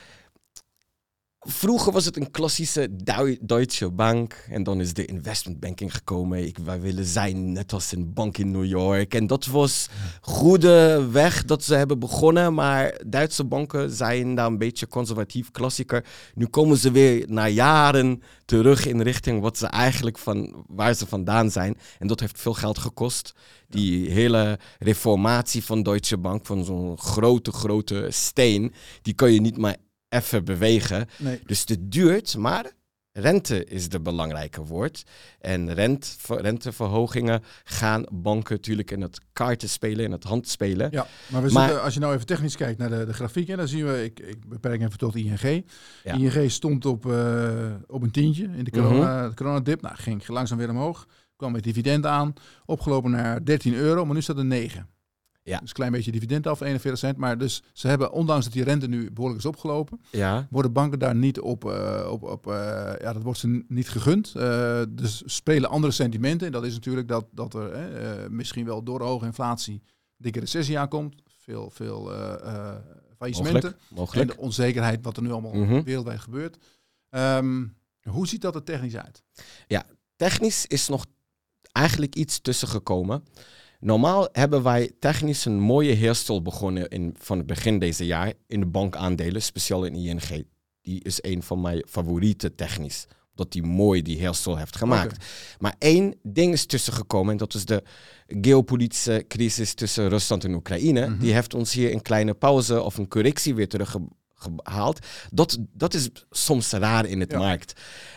Speaker 2: Vroeger was het een klassische Deutsche Bank en dan is de investmentbanking gekomen. Wij willen zijn net als een bank in New York. En dat was goede weg dat ze hebben begonnen, maar Duitse banken zijn daar een beetje conservatief, klassieker. Nu komen ze weer na jaren terug in richting wat ze eigenlijk waar ze vandaan zijn. En dat heeft veel geld gekost. Die hele reformatie van Deutsche Bank, van zo'n grote steen, die kan je niet maar even bewegen. Nee. Dus het duurt, maar rente is de belangrijke woord. En renteverhogingen gaan banken natuurlijk in het kaarten spelen, in het hand spelen. Ja,
Speaker 1: maar zitten, als je nou even technisch kijkt naar de grafiek, dan zien we, ik beperk even tot ING. Ja. ING stond op een tientje in de coronadip. Nou, ging langzaam weer omhoog. Kwam met dividend aan, opgelopen naar €13, maar nu staat er 9. Ja. Dus een klein beetje dividend af, 41 cent. Maar dus ze hebben, ondanks dat die rente nu behoorlijk is opgelopen, worden banken daar niet dat wordt ze niet gegund. Dus spelen andere sentimenten. En dat is natuurlijk dat er misschien wel door de hoge inflatie dikke recessie aankomt. Veel faillissementen. Mogelijk. En de onzekerheid wat er nu allemaal wereldwijd gebeurt. Hoe ziet dat er technisch uit?
Speaker 2: Ja, technisch is nog eigenlijk iets tussen gekomen. Normaal hebben wij technisch een mooie herstel begonnen van het begin deze jaar in de bankaandelen, speciaal in ING. Die is een van mijn favoriete technisch, omdat die mooi die herstel heeft gemaakt. Okay. Maar één ding is tussen gekomen en dat is de geopolitische crisis tussen Rusland en Oekraïne. Die heeft ons hier een kleine pauze of een correctie weer teruggehaald. Dat is soms raar in het markt.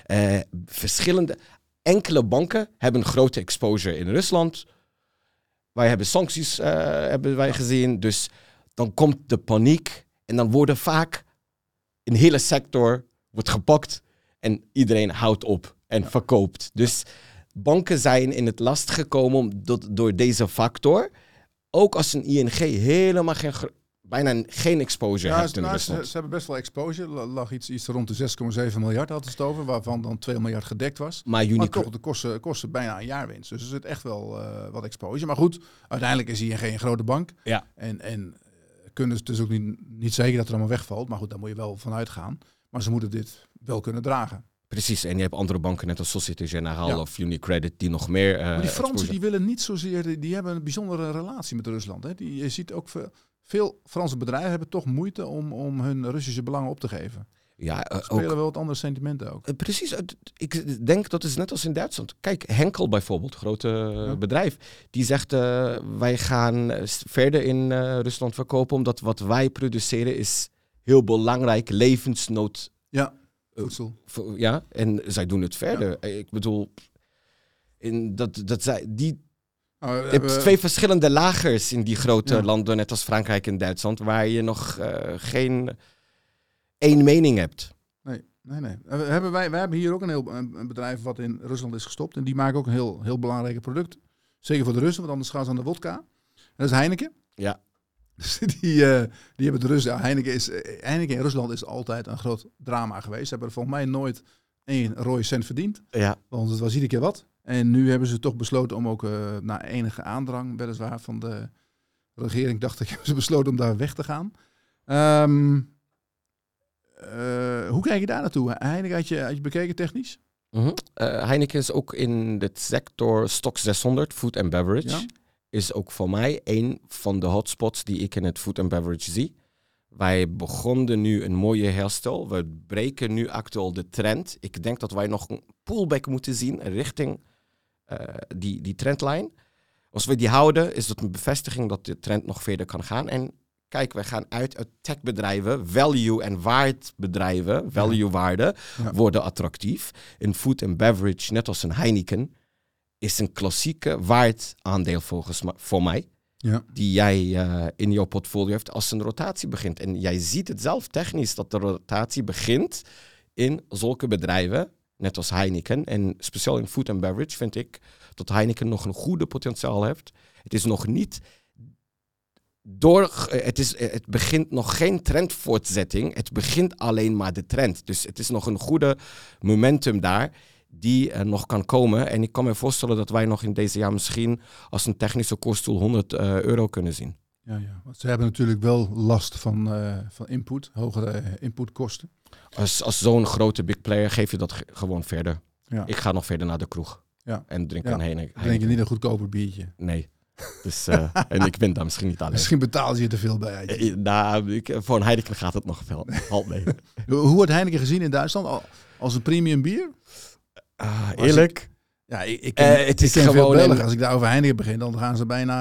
Speaker 2: Enkele banken hebben een grote exposure in Rusland. Wij hebben sancties gezien, dus dan komt de paniek en dan worden vaak een hele sector wordt gepakt en iedereen houdt op en verkoopt. Dus banken zijn in het last gekomen door deze factor. ook als een ING helemaal bijna geen exposure heeft in
Speaker 1: ze
Speaker 2: Rusland.
Speaker 1: hebben best wel exposure. Er lag iets rond de 6,7 miljard hadden ze het over, waarvan dan 2 miljard gedekt was. Maar toch, de kosten bijna een jaarwinst. Dus er zit echt wel wat exposure. Maar goed, uiteindelijk is ING een grote bank.
Speaker 2: Ja.
Speaker 1: En kunnen ze dus ook niet zeker dat er allemaal wegvalt. Maar goed, daar moet je wel van uitgaan. Maar ze moeten dit wel kunnen dragen.
Speaker 2: Precies, en je hebt andere banken net als Société Générale of Unicredit die nog meer...
Speaker 1: maar die Fransen die willen niet zozeer... Die hebben een bijzondere relatie met Rusland. Hè. Je ziet ook veel Franse bedrijven hebben toch moeite om hun Russische belangen op te geven.
Speaker 2: Ja,
Speaker 1: spelen wel wat andere sentimenten ook.
Speaker 2: Precies, ik denk dat is net als in Duitsland. Kijk, Henkel bijvoorbeeld, grote bedrijf, die zegt wij gaan verder in Rusland verkopen omdat wat wij produceren is heel belangrijk, levensnood.
Speaker 1: Ja, voedsel.
Speaker 2: Ja, en zij doen het verder. Ja. Ik bedoel, je hebt twee verschillende lagers in die grote landen, net als Frankrijk en Duitsland, waar je nog geen één mening hebt.
Speaker 1: Nee. Wij hebben hier ook een bedrijf wat in Rusland is gestopt. En die maken ook een heel belangrijke product. Zeker voor de Russen, want anders gaan ze aan de wodka. En dat is Heineken.
Speaker 2: Ja.
Speaker 1: Dus die hebben de Russen... Heineken in Rusland is altijd een groot drama geweest. Ze hebben er volgens mij nooit 1 rode cent verdiend.
Speaker 2: Ja.
Speaker 1: Want het was iedere keer wat. En nu hebben ze toch besloten om ook na enige aandrang, weliswaar van de regering, dacht ik, hebben ze besloten om daar weg te gaan. Hoe kijk je daar naartoe? Heineken had je bekeken technisch?
Speaker 2: Heineken is ook in de sector Stoxx 600, food and beverage. Ja? Is ook voor mij een van de hotspots die ik in het food and beverage zie. Wij begonnen nu een mooie herstel. We breken nu actueel de trend. Ik denk dat wij nog een pullback moeten zien richting die trendlijn. Als we die houden, is dat een bevestiging dat de trend nog verder kan gaan. En kijk, wij gaan uit techbedrijven, value- en waardbedrijven, value-waarde, worden attractief. In food and beverage, net als een Heineken, is een klassieke waardaandeel voor mij. Ja. Die jij in jouw portfolio hebt als een rotatie begint. En jij ziet het zelf technisch dat de rotatie begint in zulke bedrijven, net als Heineken. En speciaal in food and beverage vind ik dat Heineken nog een goede potentiaal heeft. Het is nog niet het begint nog geen trendvoortzetting. Het begint alleen maar de trend. Dus het is nog een goede momentum daar die nog kan komen. En ik kan me voorstellen dat wij nog in deze jaar misschien als een technische koststoel €100 kunnen zien.
Speaker 1: Ja. Want ze hebben natuurlijk wel last van input, hogere inputkosten.
Speaker 2: Als zo'n grote big player geef je dat gewoon verder. Ja. Ik ga nog verder naar de kroeg en drink een Heineken.
Speaker 1: Drink je niet een goedkoper biertje?
Speaker 2: Nee. Dus, en ik ben daar misschien niet alleen.
Speaker 1: Misschien betalen ze je te veel bij.
Speaker 2: Voor een Heineken gaat het nog veel. Halt mee.
Speaker 1: Hoe wordt Heineken gezien in Duitsland? Als een premium bier?
Speaker 2: Eerlijk?
Speaker 1: Het is gewoon Belgen. Als ik daar over Heineken begin, dan gaan ze bijna...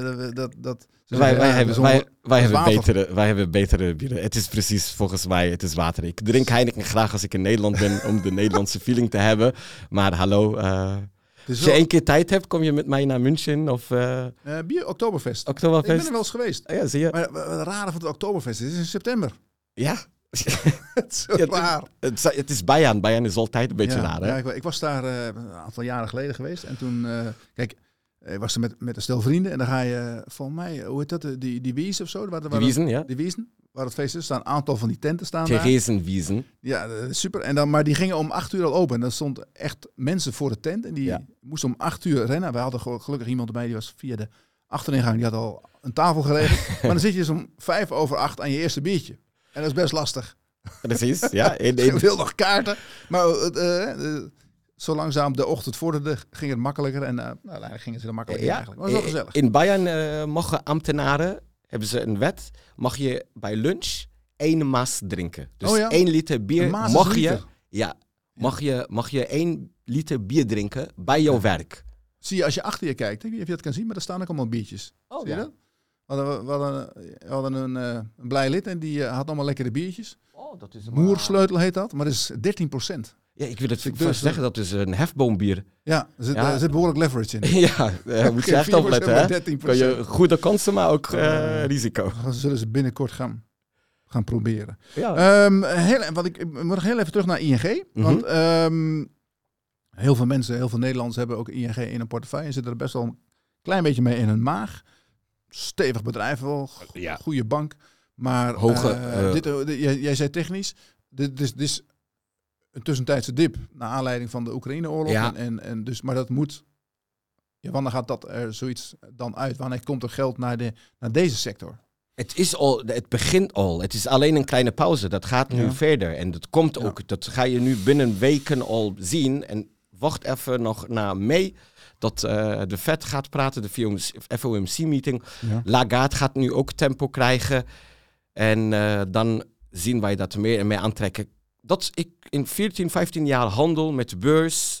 Speaker 2: Wij hebben betere bieren. Het is precies volgens mij, het is water. Ik drink Heineken graag als ik in Nederland ben om de Nederlandse feeling te hebben. Maar hallo... Als je 1 keer tijd hebt, kom je met mij naar München of...
Speaker 1: Bier Oktoberfest. Ik ben er wel eens geweest.
Speaker 2: Ja, zie je.
Speaker 1: Maar het rare van het Oktoberfest is in september.
Speaker 2: Ja.
Speaker 1: Het is zo raar.
Speaker 2: Het is Bayern. Bayern is altijd een beetje raar, hè?
Speaker 1: Ja, ik was daar een aantal jaren geleden geweest. En toen, ik was er met een stel vrienden. En dan ga je, volgens mij, hoe heet dat? Die Wies of zo?
Speaker 2: Die Wiesen, ja.
Speaker 1: Die Wiesen. Waar het feest is, staan een aantal van die tenten staan
Speaker 2: Theresienwiesen.
Speaker 1: Ja, super. En dan, maar die gingen om 8 uur al open. En dan stond echt mensen voor de tent. En die moesten om 8 uur rennen. We hadden gelukkig iemand erbij, die was via de achteringang. Die had al een tafel geregeld. Maar dan zit je dus om 7:05 aan je eerste biertje. En dat is best lastig.
Speaker 2: Precies, ja.
Speaker 1: Ik wil nog kaarten. Maar zo langzaam de ochtend vorderde, ging het makkelijker. En eigenlijk ging het heel makkelijker eigenlijk. Maar het was wel gezellig.
Speaker 2: In Bayern mogen ambtenaren... hebben ze een wet, mag je bij lunch 1 maas drinken. Dus 1 liter bier mag je 1 liter bier drinken bij jouw werk.
Speaker 1: Zie je als je achter je kijkt, ik weet niet of je dat kan zien, maar er staan ook allemaal biertjes. Zie je dat? We hadden een blij lid en die had allemaal lekkere biertjes.
Speaker 2: Dat is
Speaker 1: Moersleutel heet dat, maar dat is 13%.
Speaker 2: Ja, ik wil het vast zeggen, dat is een hefboombier.
Speaker 1: Ja, er zit behoorlijk leverage in.
Speaker 2: Ja, daar moet je echt opletten, hè? Kan je goede kansen, maar ook risico.
Speaker 1: Dat zullen ze binnenkort gaan proberen.
Speaker 2: Ja.
Speaker 1: Ik moet nog heel even terug naar ING. Want heel veel Nederlanders hebben ook ING in een portefeuille en zitten er best wel een klein beetje mee in hun maag. stevig bedrijf, wel goede bank. Maar jij zei technisch, dit is een tussentijdse dip naar aanleiding van de Oekraïne-oorlog.
Speaker 2: Ja.
Speaker 1: En dus, maar dat moet... Ja, wanneer gaat dat er zoiets dan uit? Wanneer komt er geld naar deze sector?
Speaker 2: Het begint al. Het is alleen een kleine pauze. Dat gaat nu verder. En dat komt ook. Dat ga je nu binnen weken al zien. En wacht even nog naar mei. Dat de Fed gaat praten. De FOMC-meeting. Ja. Lagarde gaat nu ook tempo krijgen. En dan zien wij dat meer en meer aantrekken. Dat ik in 14, 15 jaar handel met de beurs.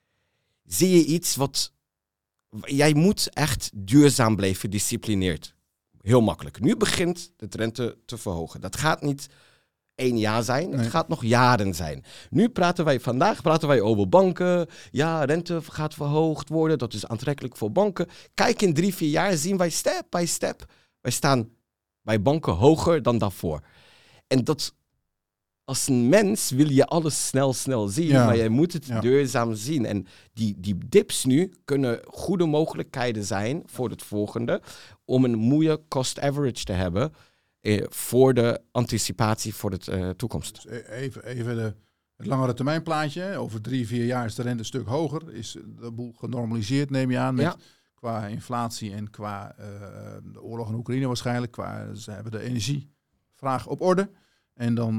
Speaker 2: Zie je iets wat... Jij moet echt duurzaam blijven, gedisciplineerd. Heel makkelijk. Nu begint de rente te verhogen. Dat gaat niet 1 jaar zijn, het gaat nog jaren zijn. Vandaag praten wij over banken. Ja, rente gaat verhoogd worden, dat is aantrekkelijk voor banken. Kijk, in 3, 4 jaar zien wij step by step. Wij staan bij banken hoger dan daarvoor. En dat... Als een mens wil je alles snel zien, maar je moet het duurzaam zien. En die dips nu kunnen goede mogelijkheden zijn voor het volgende, om een mooie cost average te hebben voor de anticipatie voor de toekomst.
Speaker 1: Dus even het langere termijn plaatje. Over 3, 4 jaar is de rente een stuk hoger. Is de boel genormaliseerd, neem je aan, qua inflatie en qua de oorlog in Oekraïne waarschijnlijk. Ze hebben de energievraag op orde. En dan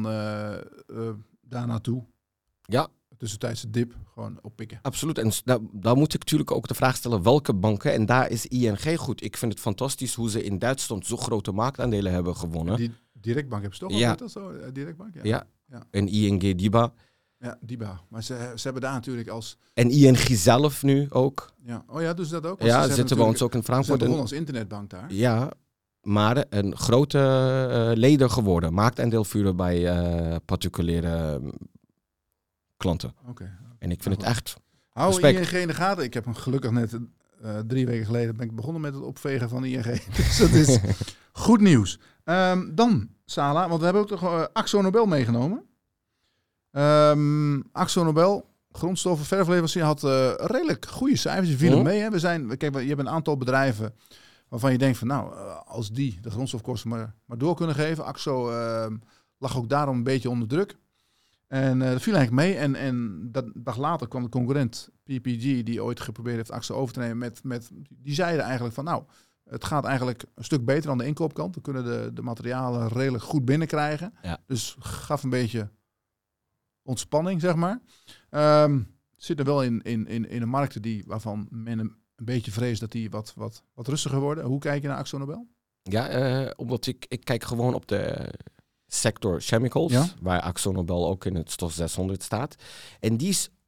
Speaker 1: daar naartoe. Ja. Tussentijdse dip gewoon oppikken.
Speaker 2: Absoluut. En daar moet ik natuurlijk ook de vraag stellen welke banken. En daar is ING goed. Ik vind het fantastisch hoe ze in Duitsland zo grote marktaandelen hebben gewonnen.
Speaker 1: Die Directbank hebben ze toch?
Speaker 2: Ja.
Speaker 1: Al dat zo? Directbank?
Speaker 2: Ja. En ING DiBa.
Speaker 1: Ja, DiBa. Maar ze hebben daar natuurlijk als...
Speaker 2: En ING zelf nu ook.
Speaker 1: Ja. Oh ja, dus dat ook?
Speaker 2: Ja, ze zitten bij ons ook in Frankfurt. Ze
Speaker 1: begonnen als internetbank daar.
Speaker 2: Ja. Maar een grote leider geworden. Marktaandeel bij particuliere klanten.
Speaker 1: Okay.
Speaker 2: En ik vind het echt
Speaker 1: hou
Speaker 2: respect.
Speaker 1: ING in de gaten. Ik heb hem gelukkig net 3 weken geleden ben ik begonnen met het opvegen van ING. Dus dat is goed nieuws. Dan, Sala, want we hebben ook toch Akzo Nobel meegenomen. Akzo Nobel, grondstoffen, verfleverancier, had redelijk goede cijfers. Je viel mee. Hè? Je hebt een aantal bedrijven waarvan je denkt van als die de grondstofkosten maar door kunnen geven. Akzo lag ook daarom een beetje onder druk. En dat viel eigenlijk mee. En dat dag later kwam de concurrent PPG, die ooit geprobeerd heeft Akzo over te nemen. Die zeiden eigenlijk van het gaat eigenlijk een stuk beter dan de inkoopkant. We kunnen de materialen redelijk goed binnenkrijgen. Ja. Dus gaf een beetje ontspanning, zeg maar. Zit er wel in een markt waarvan men een beetje vrees dat die wat rustiger worden. Hoe kijk je naar Akzo Nobel?
Speaker 2: Ja, omdat ik kijk gewoon op de sector chemicals, waar Akzo Nobel ook in het STOXX 600 staat. En die is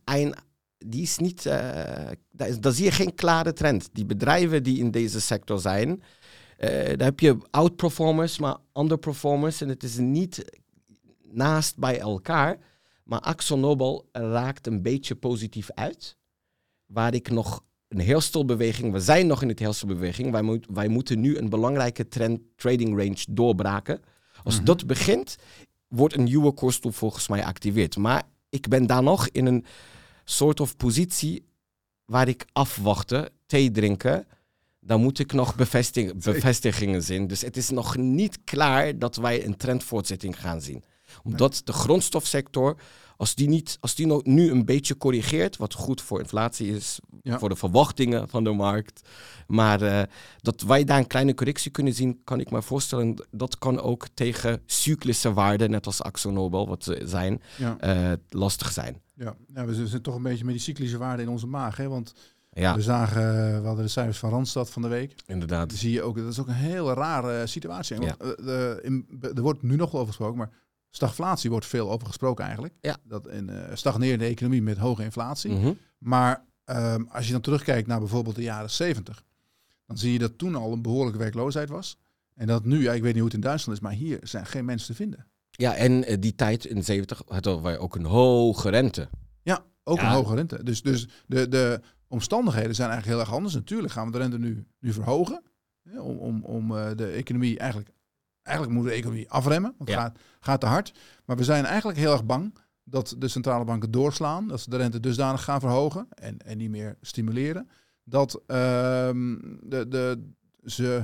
Speaker 2: niet daar zie je geen klare trend. Die bedrijven die in deze sector zijn, daar heb je outperformers, maar underperformers. En het is niet naast bij elkaar. Maar Akzo Nobel raakt een beetje positief uit. Waar ik nog een herstelbeweging, we zijn nog in het herstelbeweging. Wij moeten nu een belangrijke trading range doorbraken. Als dat begint, wordt een nieuwe koersdoel volgens mij geactiveerd. Maar ik ben daar nog in een soort of positie waar ik afwachten, thee drinken. Dan moet ik nog bevestigingen zien. Dus het is nog niet klaar dat wij een trendvoortzetting gaan zien. Omdat de grondstofsector, als die nu een beetje corrigeert, wat goed voor inflatie is, voor de verwachtingen van de markt. Maar dat wij daar een kleine correctie kunnen zien, kan ik me voorstellen. Dat kan ook tegen cyclische waarden, net als Akzo Nobel, wat ze zijn, lastig zijn.
Speaker 1: Ja, we zitten toch een beetje met die cyclische waarden in onze maag, hè? Want we hadden de cijfers van Randstad van de week.
Speaker 2: Inderdaad.
Speaker 1: Dan zie je ook, dat is ook een hele rare situatie. Want, er wordt nu nog wel over gesproken, maar stagflatie wordt veel over gesproken eigenlijk. Ja. Dat een stagnerende economie met hoge inflatie. Mm-hmm. Maar als je dan terugkijkt naar bijvoorbeeld de jaren 70, dan zie je dat toen al een behoorlijke werkloosheid was. En dat nu, ik weet niet hoe het in Duitsland is, maar hier zijn geen mensen te vinden.
Speaker 2: Ja, en die tijd in de 70 hadden wij ook een hoge rente.
Speaker 1: Ja, ook een hoge rente. Dus de omstandigheden zijn eigenlijk heel erg anders. Natuurlijk gaan we de rente nu verhogen. Om de economie eigenlijk moeten we de economie afremmen. Want het gaat te hard. Maar we zijn eigenlijk heel erg bang dat de centrale banken doorslaan. Dat ze de rente dusdanig gaan verhogen. En niet meer stimuleren. Dat ze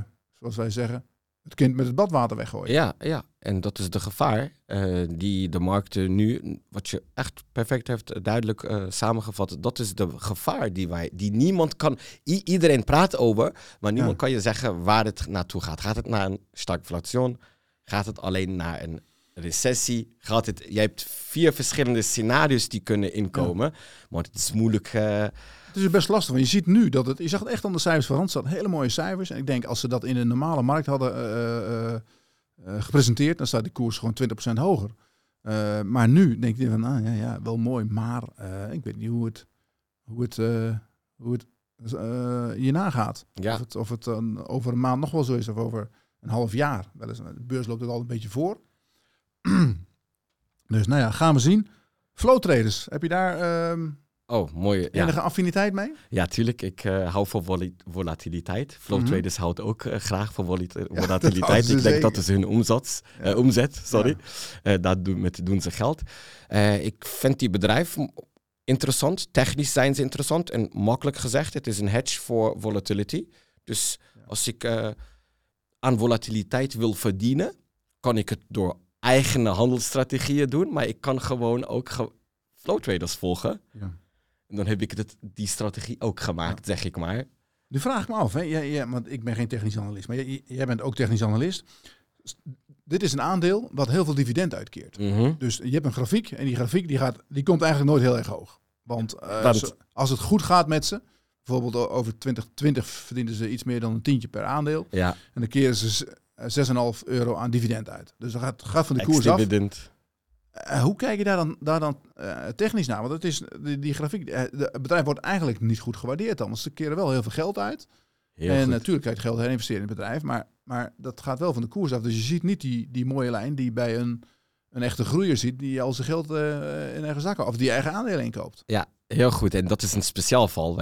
Speaker 1: zoals wij zeggen, het kind met het badwater weggooien.
Speaker 2: Ja, en dat is de gevaar die de markten nu, wat je echt perfect heeft duidelijk samengevat, dat is de gevaar die niemand kan, iedereen praat over, maar niemand kan je zeggen waar het naartoe gaat. Gaat het naar een stagflation? Gaat het alleen naar een recessie? Je hebt 4 verschillende scenario's die kunnen inkomen, maar het is moeilijk.
Speaker 1: Het is best lastig, want je ziet nu dat je zag het echt aan de cijfers van Randstad, hele mooie cijfers. En ik denk als ze dat in een normale markt hadden gepresenteerd, dan staat die koers gewoon 20% hoger. Maar nu denk je van, wel mooi, maar ik weet niet hoe het hierna gaat.
Speaker 2: Ja.
Speaker 1: Of het over een maand nog wel zo is, of over een half jaar. De beurs loopt er al een beetje voor. Dus gaan we zien. Flow traders, heb je daar
Speaker 2: Mooi.
Speaker 1: enige affiniteit mee?
Speaker 2: Ja, tuurlijk. Ik hou van volatiliteit. Flow traders houdt ook graag van volatiliteit. Ik denk dat is hun omzet. Sorry. Met doen ze geld. Ik vind die bedrijf interessant. Technisch zijn ze interessant. En makkelijk gezegd, het is een hedge voor volatility. Dus als ik aan volatiliteit wil verdienen, kan ik het door eigen handelsstrategieën doen. Maar ik kan gewoon ook flow traders volgen. Ja. En dan heb ik die strategie ook gemaakt, zeg ik maar.
Speaker 1: Nu vraag ik me af, hè? Want ik ben geen technisch analist, maar jij bent ook technisch analist. Dit is een aandeel wat heel veel dividend uitkeert. Mm-hmm. Dus je hebt een grafiek en die grafiek die komt eigenlijk nooit heel erg hoog. Want als het goed gaat met ze, bijvoorbeeld over 2020 verdienen ze iets meer dan een tientje per aandeel. Ja. En dan keren ze €6,5 aan dividend uit. Dus dat gaat van de koers af. Hoe kijk je daar dan technisch naar? Want het is die grafiek. Het bedrijf wordt eigenlijk niet goed gewaardeerd dan. Want ze keren wel heel veel geld uit. En natuurlijk kan je het geld herinvesteren in het bedrijf. Maar dat gaat wel van de koers af. Dus je ziet niet die mooie lijn die bij een echte groeier ziet. Die al zijn geld in eigen zakken of die eigen aandelen inkoopt.
Speaker 2: Ja, heel goed. En dat is een speciaal val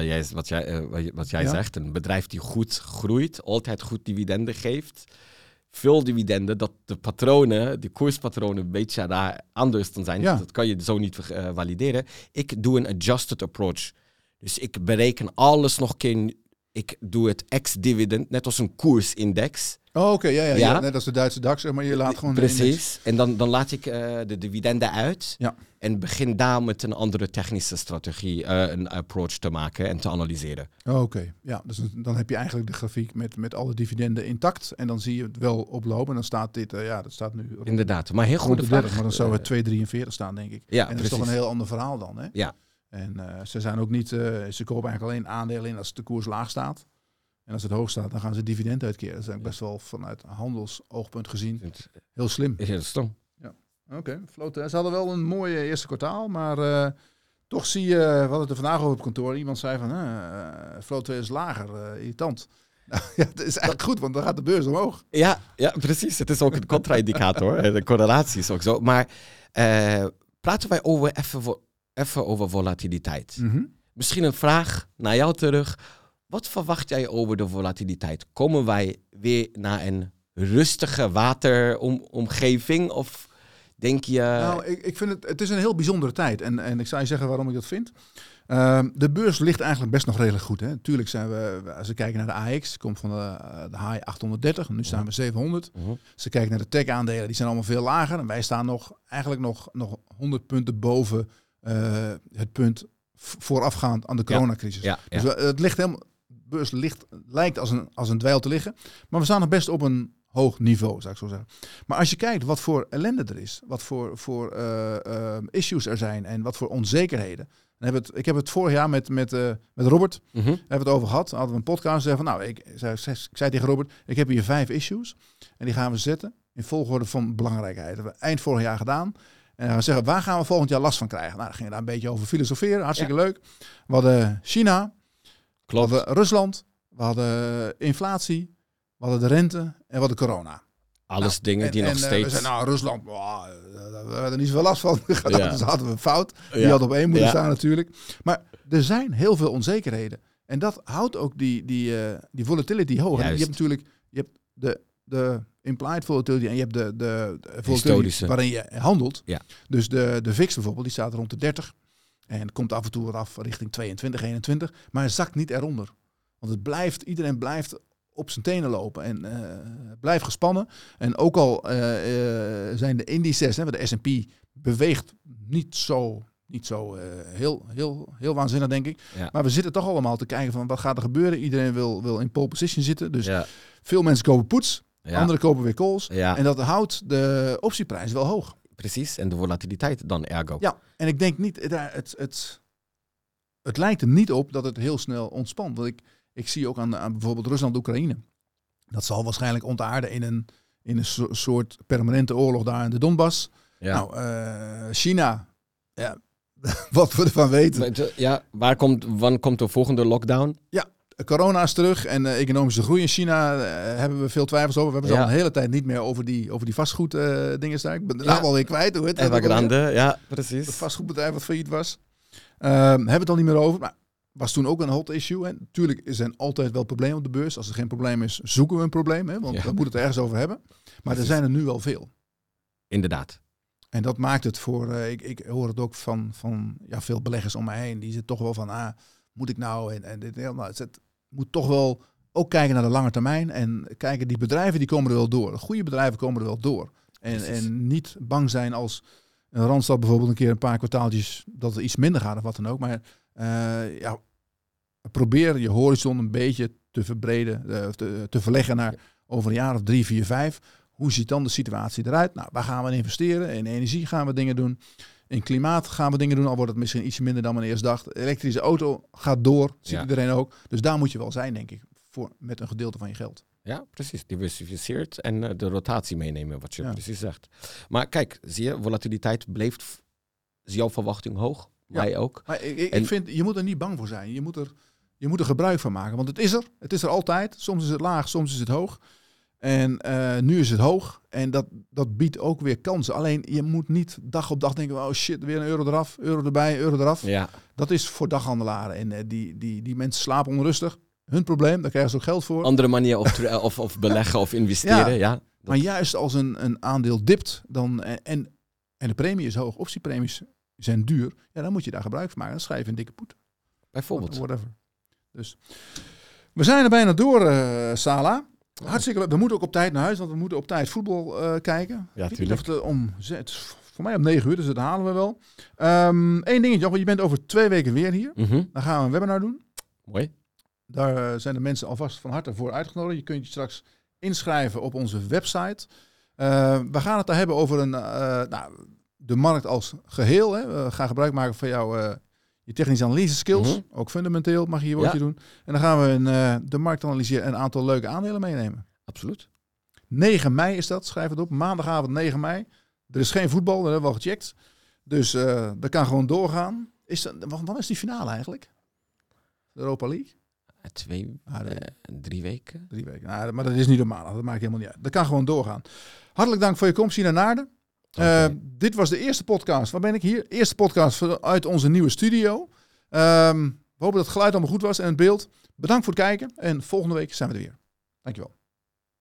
Speaker 2: wat jij zegt. Een bedrijf die goed groeit, altijd goed dividenden geeft. Veel dividenden, dat de patronen, de koerspatronen een beetje daar anders dan zijn. Ja. Dat kan je zo niet valideren. Ik doe een adjusted approach. Dus ik bereken alles nog een keer. Ik doe het ex-dividend, net als een koersindex.
Speaker 1: Oh, oké. Ja. Net als de Duitse DAX, maar je laat gewoon...
Speaker 2: Precies. En dan laat ik de dividenden uit. Ja. En begin daar met een andere technische strategie, een approach te maken en te analyseren.
Speaker 1: Oh, oké. Ja, dus dan heb je eigenlijk de grafiek met alle dividenden intact. En dan zie je het wel oplopen. En dan staat dit, dat staat nu...
Speaker 2: Inderdaad, maar heel goede vraag.
Speaker 1: Maar dan zou het 2,43 staan, denk ik.
Speaker 2: Ja,
Speaker 1: en dat is toch een heel ander verhaal dan, hè?
Speaker 2: Ja.
Speaker 1: En ze zijn ook niet... ze kopen eigenlijk alleen aandelen in als de koers laag staat. En als het hoog staat, dan gaan ze dividend uitkeren. Dat is eigenlijk best wel vanuit handelsoogpunt gezien heel slim.
Speaker 2: Is heel stom.
Speaker 1: Ja. Oké. Ze hadden wel een mooi eerste kwartaal, maar toch zie je, we hadden het er vandaag over op kantoor. Iemand zei van, Flow is lager, irritant. Nou, ja, dat is eigenlijk goed, want dan gaat de beurs omhoog.
Speaker 2: Ja, precies. Het is ook een contra-indicator. De correlatie is ook zo. Maar praten wij even over volatiliteit. Mm-hmm. Misschien een vraag naar jou terug. Wat verwacht jij over de volatiliteit? Komen wij weer naar een rustige wateromgeving? Of denk je...
Speaker 1: Nou, ik vind het is een heel bijzondere tijd. En ik zou je zeggen waarom ik dat vind. De beurs ligt eigenlijk best nog redelijk goed. Hè. Tuurlijk zijn we, als we kijken naar de AX, komt van de high 830. En nu staan we 700. Uh-huh. Als we kijken naar de tech-aandelen, die zijn allemaal veel lager. En wij staan nog 100 punten boven het punt voorafgaand aan de coronacrisis. Ja. Dus het ligt helemaal... De beurs lijkt als een dweil te liggen. Maar we staan nog best op een hoog niveau, zou ik zo zeggen. Maar als je kijkt wat voor ellende er is, wat voor issues er zijn en wat voor onzekerheden. Ik heb het vorig jaar met Robert hebben we het over gehad. Hadden we een podcast. Ik zei tegen Robert, ik heb hier 5 issues. En die gaan we zetten in volgorde van belangrijkheid. Dat hebben we eind vorig jaar gedaan. En dan gaan we zeggen, waar gaan we volgend jaar last van krijgen? Nou, dan gingen we daar een beetje over filosoferen. Hartstikke leuk. We hadden China. Klopt. We hadden Rusland, we hadden inflatie, we hadden de rente en we hadden corona.
Speaker 2: Alles dingen die nog steeds...
Speaker 1: We zeiden, Rusland, we hadden niet zoveel last van. Dus hadden we een fout. Die had op 1 moeten staan natuurlijk. Maar er zijn heel veel onzekerheden. En dat houdt ook die volatility hoog. En je hebt de implied volatility en je hebt de volatility waarin je handelt. Ja. Dus de VIX bijvoorbeeld, die staat rond de 30. En komt af en toe wat af richting 22, 21. Maar het zakt niet eronder. Want iedereen blijft op zijn tenen lopen en blijf gespannen. En ook al zijn de indices, de S&P beweegt niet zo heel waanzinnig, denk ik.
Speaker 2: Ja.
Speaker 1: Maar we zitten toch allemaal te kijken van wat gaat er gebeuren. Iedereen wil in pole position zitten. Dus veel mensen kopen puts, anderen kopen weer calls.
Speaker 2: Ja.
Speaker 1: En dat houdt de optieprijs wel hoog.
Speaker 2: Precies, en de volatiliteit dan ergo.
Speaker 1: Ja, en ik denk niet, het lijkt er niet op dat het heel snel ontspant. Want ik zie ook aan bijvoorbeeld Rusland-Oekraïne. Dat zal waarschijnlijk ontaarden in een soort permanente oorlog daar in de Donbass.
Speaker 2: Ja.
Speaker 1: Nou, China, ja, wat we ervan weten.
Speaker 2: Ja, wanneer komt de volgende lockdown?
Speaker 1: Ja, corona is terug en economische groei in China hebben we veel twijfels over. We hebben het al een hele tijd niet meer over die vastgoed dingen staan. Ik ben de naam alweer kwijt. Hoe heet dat?
Speaker 2: Evergrande, ja, precies.
Speaker 1: Het vastgoedbedrijf wat failliet was. Hebben we het al niet meer over. Maar was toen ook een hot issue. En natuurlijk zijn altijd wel problemen op de beurs. Als er geen probleem is, zoeken we een probleem. Hè? Want we moeten het er ergens over hebben. Maar er zijn er nu wel veel.
Speaker 2: Inderdaad.
Speaker 1: En dat maakt het voor... Ik hoor het ook van veel beleggers om mij heen. Die zitten toch wel van... moet ik nou? En dit, het moet toch wel ook kijken naar de lange termijn. En kijken, die bedrijven die komen er wel door. De goede bedrijven komen er wel door. En niet bang zijn als een Randstad bijvoorbeeld een keer een paar kwartaaltjes... dat het iets minder gaat of wat dan ook. Maar probeer je horizon een beetje te verbreden. Te verleggen naar over een jaar of 3, 4, 5... Hoe ziet dan de situatie eruit? Nou, waar gaan we investeren? In energie gaan we dingen doen. In klimaat gaan we dingen doen. Al wordt het misschien iets minder dan men eerst dacht. De elektrische auto gaat door. Ziet iedereen ook. Dus daar moet je wel zijn, denk ik. Met een gedeelte van je geld.
Speaker 2: Ja, precies. Diversificeerd en de rotatie meenemen, wat je precies zegt. Maar kijk, zie je, volatiliteit blijft, is jouw verwachting hoog? Wij ook.
Speaker 1: Maar ik vind, je moet er niet bang voor zijn. Je moet er gebruik van maken. Want het is er. Het is er altijd. Soms is het laag, soms is het hoog. En nu is het hoog en dat biedt ook weer kansen. Alleen je moet niet dag op dag denken, oh shit, weer een euro eraf, euro erbij, euro eraf. Ja. Dat is voor daghandelaren en die mensen slapen onrustig. Hun probleem, daar krijgen ze ook geld voor.
Speaker 2: Andere manier of beleggen of investeren. Ja,
Speaker 1: maar juist als een aandeel dipt en de premie is hoog, optiepremies zijn duur, dan moet je daar gebruik van maken. Dan schrijf je een dikke poet.
Speaker 2: Bijvoorbeeld.
Speaker 1: Whatever. Dus we zijn er bijna door, Sala. Hartstikke leuk. We moeten ook op tijd naar huis, want we moeten op tijd voetbal kijken.
Speaker 2: Ja, tuurlijk.
Speaker 1: Voor mij om 9 uur, dus dat halen we wel. Eén dingetje, want je bent over 2 weken weer hier.
Speaker 2: Mm-hmm.
Speaker 1: Dan gaan we een webinar doen.
Speaker 2: Mooi.
Speaker 1: Daar zijn de mensen alvast van harte voor uitgenodigd. Je kunt je straks inschrijven op onze website. We gaan het daar hebben over de markt als geheel. Hè. We gaan gebruik maken van je technische analyse skills. Mm-hmm. Ook fundamenteel mag je je woordje doen. En dan gaan we de markt analyseren en een aantal leuke aandelen meenemen.
Speaker 2: Absoluut. 9
Speaker 1: mei is dat, schrijf het op. Maandagavond 9 mei. Er is geen voetbal, dat hebben we al gecheckt. Dus dat kan gewoon doorgaan. Wanneer is die finale eigenlijk? De Europa League?
Speaker 2: 3 weken.
Speaker 1: 3 weken. Nou, maar dat is niet normaal. Dat maakt helemaal niet uit. Dat kan gewoon doorgaan. Hartelijk dank voor je komst hier naar Naarden. Dit was de eerste podcast. Waar ben ik hier? Eerste podcast uit onze nieuwe studio. We hopen dat het geluid allemaal goed was en het beeld. Bedankt voor het kijken. En volgende week zijn we er weer. Dankjewel.